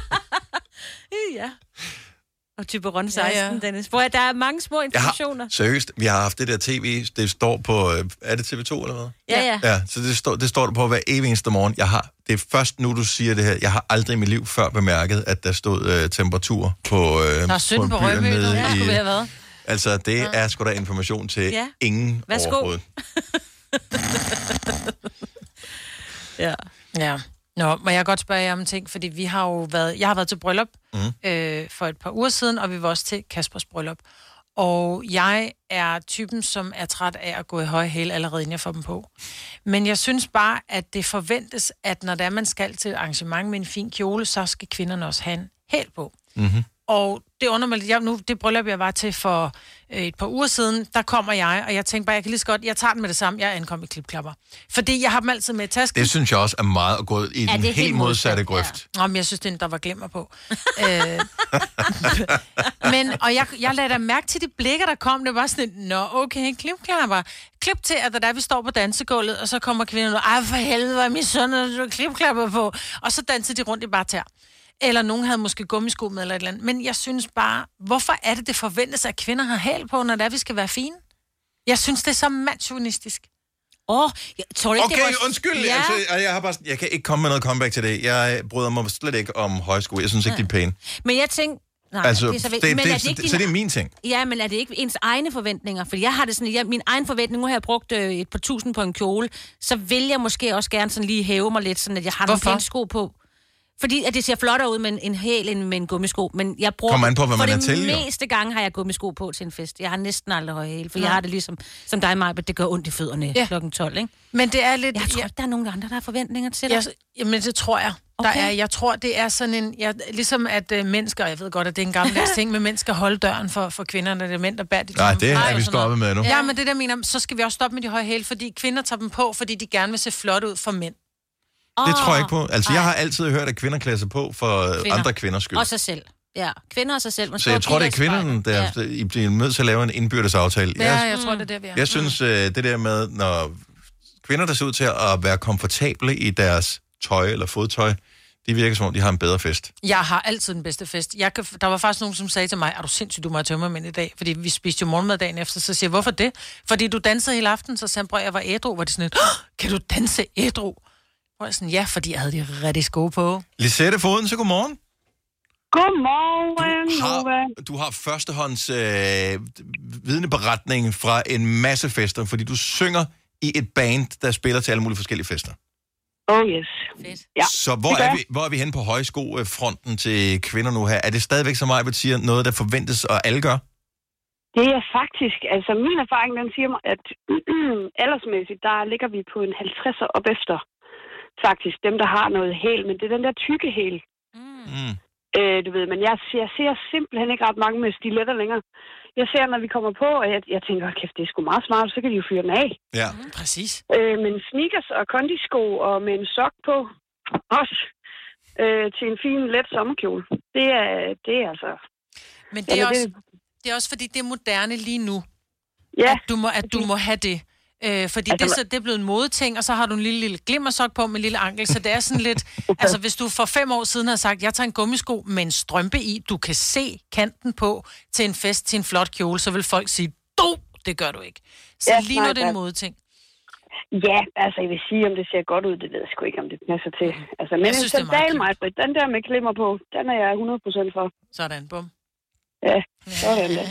ja. Og Typeron seksten, ja, ja. Dennis. Hvor der er mange små informationer. Har, seriøst, vi har haft det der tv, det står på, er det T V to eller hvad? Ja, ja. Ja, så det står, det står der på hver evig eneste morgen. Jeg har, det er først nu, du siger det her, jeg har aldrig i mit liv før bemærket, at der stod uh, temperatur på, uh, der er sytten på, på Rømø, ja, skulle vi have været. Altså, det ja. er sgu da information til ja. ingen Værsgo. overhovedet. ja. Ja. Nå, må jeg godt spørge jer om en ting, fordi vi har jo været, jeg har været til bryllup mm. øh, for et par uger siden, og vi var også til Kaspers bryllup. Og jeg er typen, som er træt af at gå i høje hæle allerede inden jeg får dem på. Men jeg synes bare, at det forventes, at når der man skal til et arrangement med en fin kjole, så skal kvinderne også have en hæl på. Mm-hmm. Og det undrer mig lidt. Jeg, nu, det bryllup, jeg var til for øh, et par uger siden, der kommer jeg, og jeg tænker bare, jeg kan lige så godt, jeg tager den med det samme, jeg ankom i klipklapper. Fordi jeg har dem altid med i tasken. Det synes jeg også er meget at gå i ja, den helt modsatte grøft. Ja. Nå, men jeg synes, det er, der var glemmer på. øh, men, og jeg, jeg lader da mærke til de blikker, der kom. Det var sådan et, nå, okay, klipklapper. Klip til, at der vi står på dansegulvet, og så kommer kvinderne, ej, for helvede, hvor er min søn, og du har klipklapper på. Og så danser de rundt i bare tær. Eller nogen havde måske gummisko med eller et eller andet. Men jeg synes bare, hvorfor er det, det forventes, at kvinder har hæl på, når der vi skal være fine? Jeg synes, det er så mandsjournalistisk. Åh, oh, jeg tror ikke, okay, det var... undskyld. Ja. Altså, jeg, har bare, jeg kan ikke komme med noget comeback til det. Jeg bryder mig slet ikke om højsko. Jeg synes ikke, ja. de er pæne. Men jeg tænkte... Nej, altså, det er så, det, men det, er det ikke så, så det er min ting. Ja, men er det ikke ens egne forventninger? Fordi jeg har det sådan, jeg, min egen forventning, nu har jeg brugt øh, et par tusind på en kjole, så vil jeg måske også gerne sådan lige hæve mig lidt, sådan at jeg har Hvorfor? nogle pæne sko på. Fordi at det ser flottere ud med en, en hæl end med en gummisko. Men jeg bruger Kom an på, hvad for man er det til, jo. meste gange har jeg gummisko på til en fest. Jeg har næsten aldrig høje hæl, for Ja. jeg har det ligesom som dig, Maja, det gør ondt i fødderne Ja. klokken tolv, ikke? Men det er lidt... Jeg tror ja. ikke, der er nogen andre, der har forventninger til dig. Jeg, jamen, det tror jeg. Der Okay. er, jeg tror, det er sådan en... Jeg, ligesom at øh, mennesker... Jeg ved godt, at det er en gammeldags ting, men mennesker holder døren for, for kvinderne. Det er mænd, der bærer de Nej, det er og vi sådan stoppet noget. med nu. Ja, men det der mener, så skal vi også stoppe med de høje hæle, fordi kvinder tager dem på, fordi de gerne vil se flot ud for mænd. Det tror jeg ikke på. Altså, jeg har altid hørt, at kvinder klæder sig på for Kvinder. andre kvinders skyld. Og sig selv. Ja, kvinder og sig selv. Man Så står jeg og tror, det er kigger i kvinderne, spejlet. der I bliver nødt til at lave en indbyrdes aftale. Ja, Jeg, jeg tror, det er der, vi er. jeg synes, øh, det der med, når kvinder, der ser ud til at være komfortable i deres tøj eller fodtøj, de virker som om, de har en bedre fest. Jeg har altid den bedste fest. Jeg kan, der var faktisk nogen, som sagde til mig, er du sindssygt, du må have tømmermænd i dag? Fordi vi spiste jo morgenmad dagen efter. Så siger jeg, hvorfor det? Fordi du dansede hele aften, så sagde jeg, jeg var ædru. Var det sådan et, kan du danse ædru? Og jeg sådan, ja, fordi jeg havde de rigtig sko på. Lisette Foden, så godmorgen. Godmorgen, Du har, du har førstehånds øh, vidneberetning fra en masse fester, fordi du synger i et band, der spiller til alle mulige forskellige fester. Oh yes. Fedt. Ja, Så hvor det gør er, jeg. vi, hvor er vi henne på højskofronten til kvinder nu her? Er det stadigvæk, som Maja siger, noget, der forventes, og alle gør? Det er faktisk, altså min erfaring, den siger mig, at aldersmæssigt, der ligger vi på en halvtredser op efter. Faktisk, dem der har noget hæl, men det er den der tykke hæl. Mm. Øh, du ved, men jeg, jeg ser simpelthen ikke ret mange med stiletter længere. Jeg ser, når vi kommer på, og jeg, jeg tænker, kæft, det er sgu meget smart, så kan de jo fyre den af. Ja. Mm, præcis. Øh, men sneakers og kondisko og med en sok på, også øh, til en fin, let sommerkjole. Det er, det er altså... Men det er, Eller også, det- det er også, fordi det er moderne lige nu. Ja. At du må, at du må have det. Øh, fordi Altså, det, er så, det er blevet en modeting, og så har du en lille, lille glimmersok på med en lille ankel, så det er sådan lidt... altså, hvis du for fem år siden har sagt, jeg tager en gummisko med en strømpe i, du kan se kanten på til en fest, til en flot kjole, så vil folk sige, du, det gør du ikke. Så Ja, lige nu nej, er det en nej. modeting. Ja, altså jeg vil sige, om det ser godt ud, det ved jeg sgu ikke, om det passer til. Altså, men Jeg en synes, det er meget sandal, Maj-Brit, den der med klimmer på, den er jeg hundrede procent for. Sådan, bum. Ja, sådan der.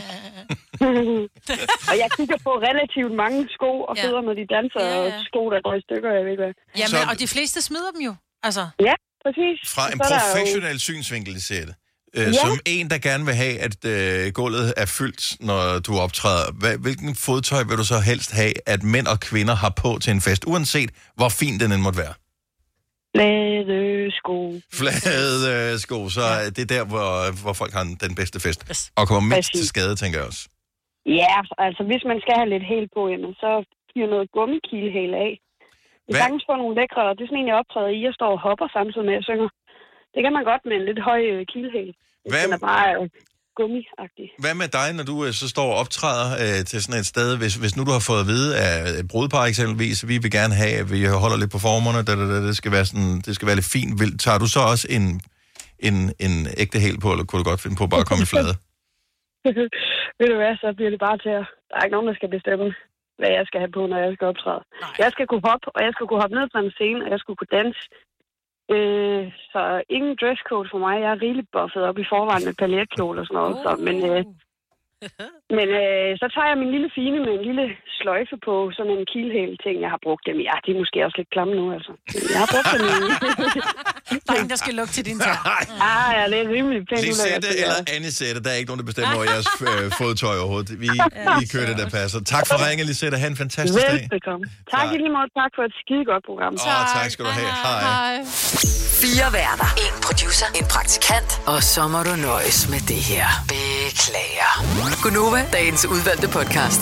Og jeg kigger på relativt mange sko og Ja. fødder, når de danser, Ja, og ja. sko, der går i stykker, jeg ved ikke hvad. Jamen, Så- og de fleste smider dem jo. Altså, Ja, præcis. Fra en Så er der jo- professionel synsvinkel, Lisette. Øh, Ja. Som en, der gerne vil have, at øh, gulvet er fyldt, når du optræder. Hvad, hvilken fodtøj vil du så helst have, at mænd og kvinder har på til en fest, uanset hvor fin den end måtte være? Flade sko. Flade øh, sko, så ja. Det er der, hvor, hvor folk har den bedste fest. Og kommer mindst Præcis. til skade, tænker jeg også. Ja, altså hvis man skal have lidt hæl på, jamen, så fyrer noget gummikilhæl af. Jeg Hvad? sagtens få nogle lækre, og det er sådan en, jeg optræder i. Jeg står og hopper samtidig med, at jeg synger. Det kan man godt med en lidt høj øh, kilhæl. Hvad- Den er bare øh, gummiagtig. Hvad med dig, når du øh, så står og optræder øh, til sådan et sted, hvis, hvis nu du har fået at vide af et brudepar eksempelvis, vi vil gerne have, at vi holder lidt på formerne, da, da, da, det, skal være sådan, det skal være lidt fint. Vil, tager du så også en, en, en ægte hæl på, eller kunne du godt finde på bare at komme i flade? Ved du hvad, så bliver det bare til at... Der er ikke nogen, der skal bestemme, hvad jeg skal have på, når jeg skal optræde. Nej. Jeg skal kunne hoppe, og jeg skal kunne hoppe ned fra en scene, og jeg skal kunne danse. Øh, så ingen dresscode for mig. Jeg er rigeligt buffet op i forvejen med paljetkjole og sådan noget. Så, men øh, men øh, så tager jeg min lille fine med en lille sløjfe på, sådan en kilhæl ting. Jeg har brugt dem. Ja, de er måske også lidt klamme nu, altså. Men jeg har brugt dem i... dreng, der skal lugte til din tær. Ah, ja, det er rimelig pænt. Lisette eller Anisette, der er ikke nogen, der bestemmer over jeres øh, fodtøj overhovedet. Vi, vi kører det, der passer. Tak for ringen, Lisette. Ha' en fantastisk dag. Velbekomme. Tak i lige måde. Tak for et skide godt program. Åh, oh, tak skal du have. Hej. Hej. Fire værter. En producer. En praktikant. Og så må du nøjes med det her. Beklager. Gunova, dagens udvalgte podcast.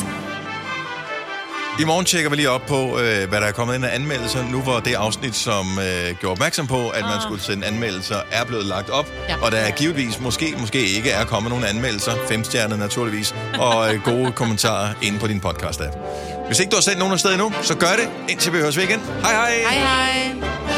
I morgen tjekker vi lige op på, øh, hvad der er kommet ind af anmeldelser. Nu var det afsnit, som øh, gjorde opmærksom på, at man skulle sende anmeldelser, er blevet lagt op. Ja. Og der er givetvis, måske, måske ikke, er kommet nogle anmeldelser. Fem stjerner naturligvis. Og øh, gode kommentarer inde på din podcast-app. Hvis ikke du har sendt nogen afsted endnu, så gør det, indtil vi høres ved igen. Hej hej! Hej hej!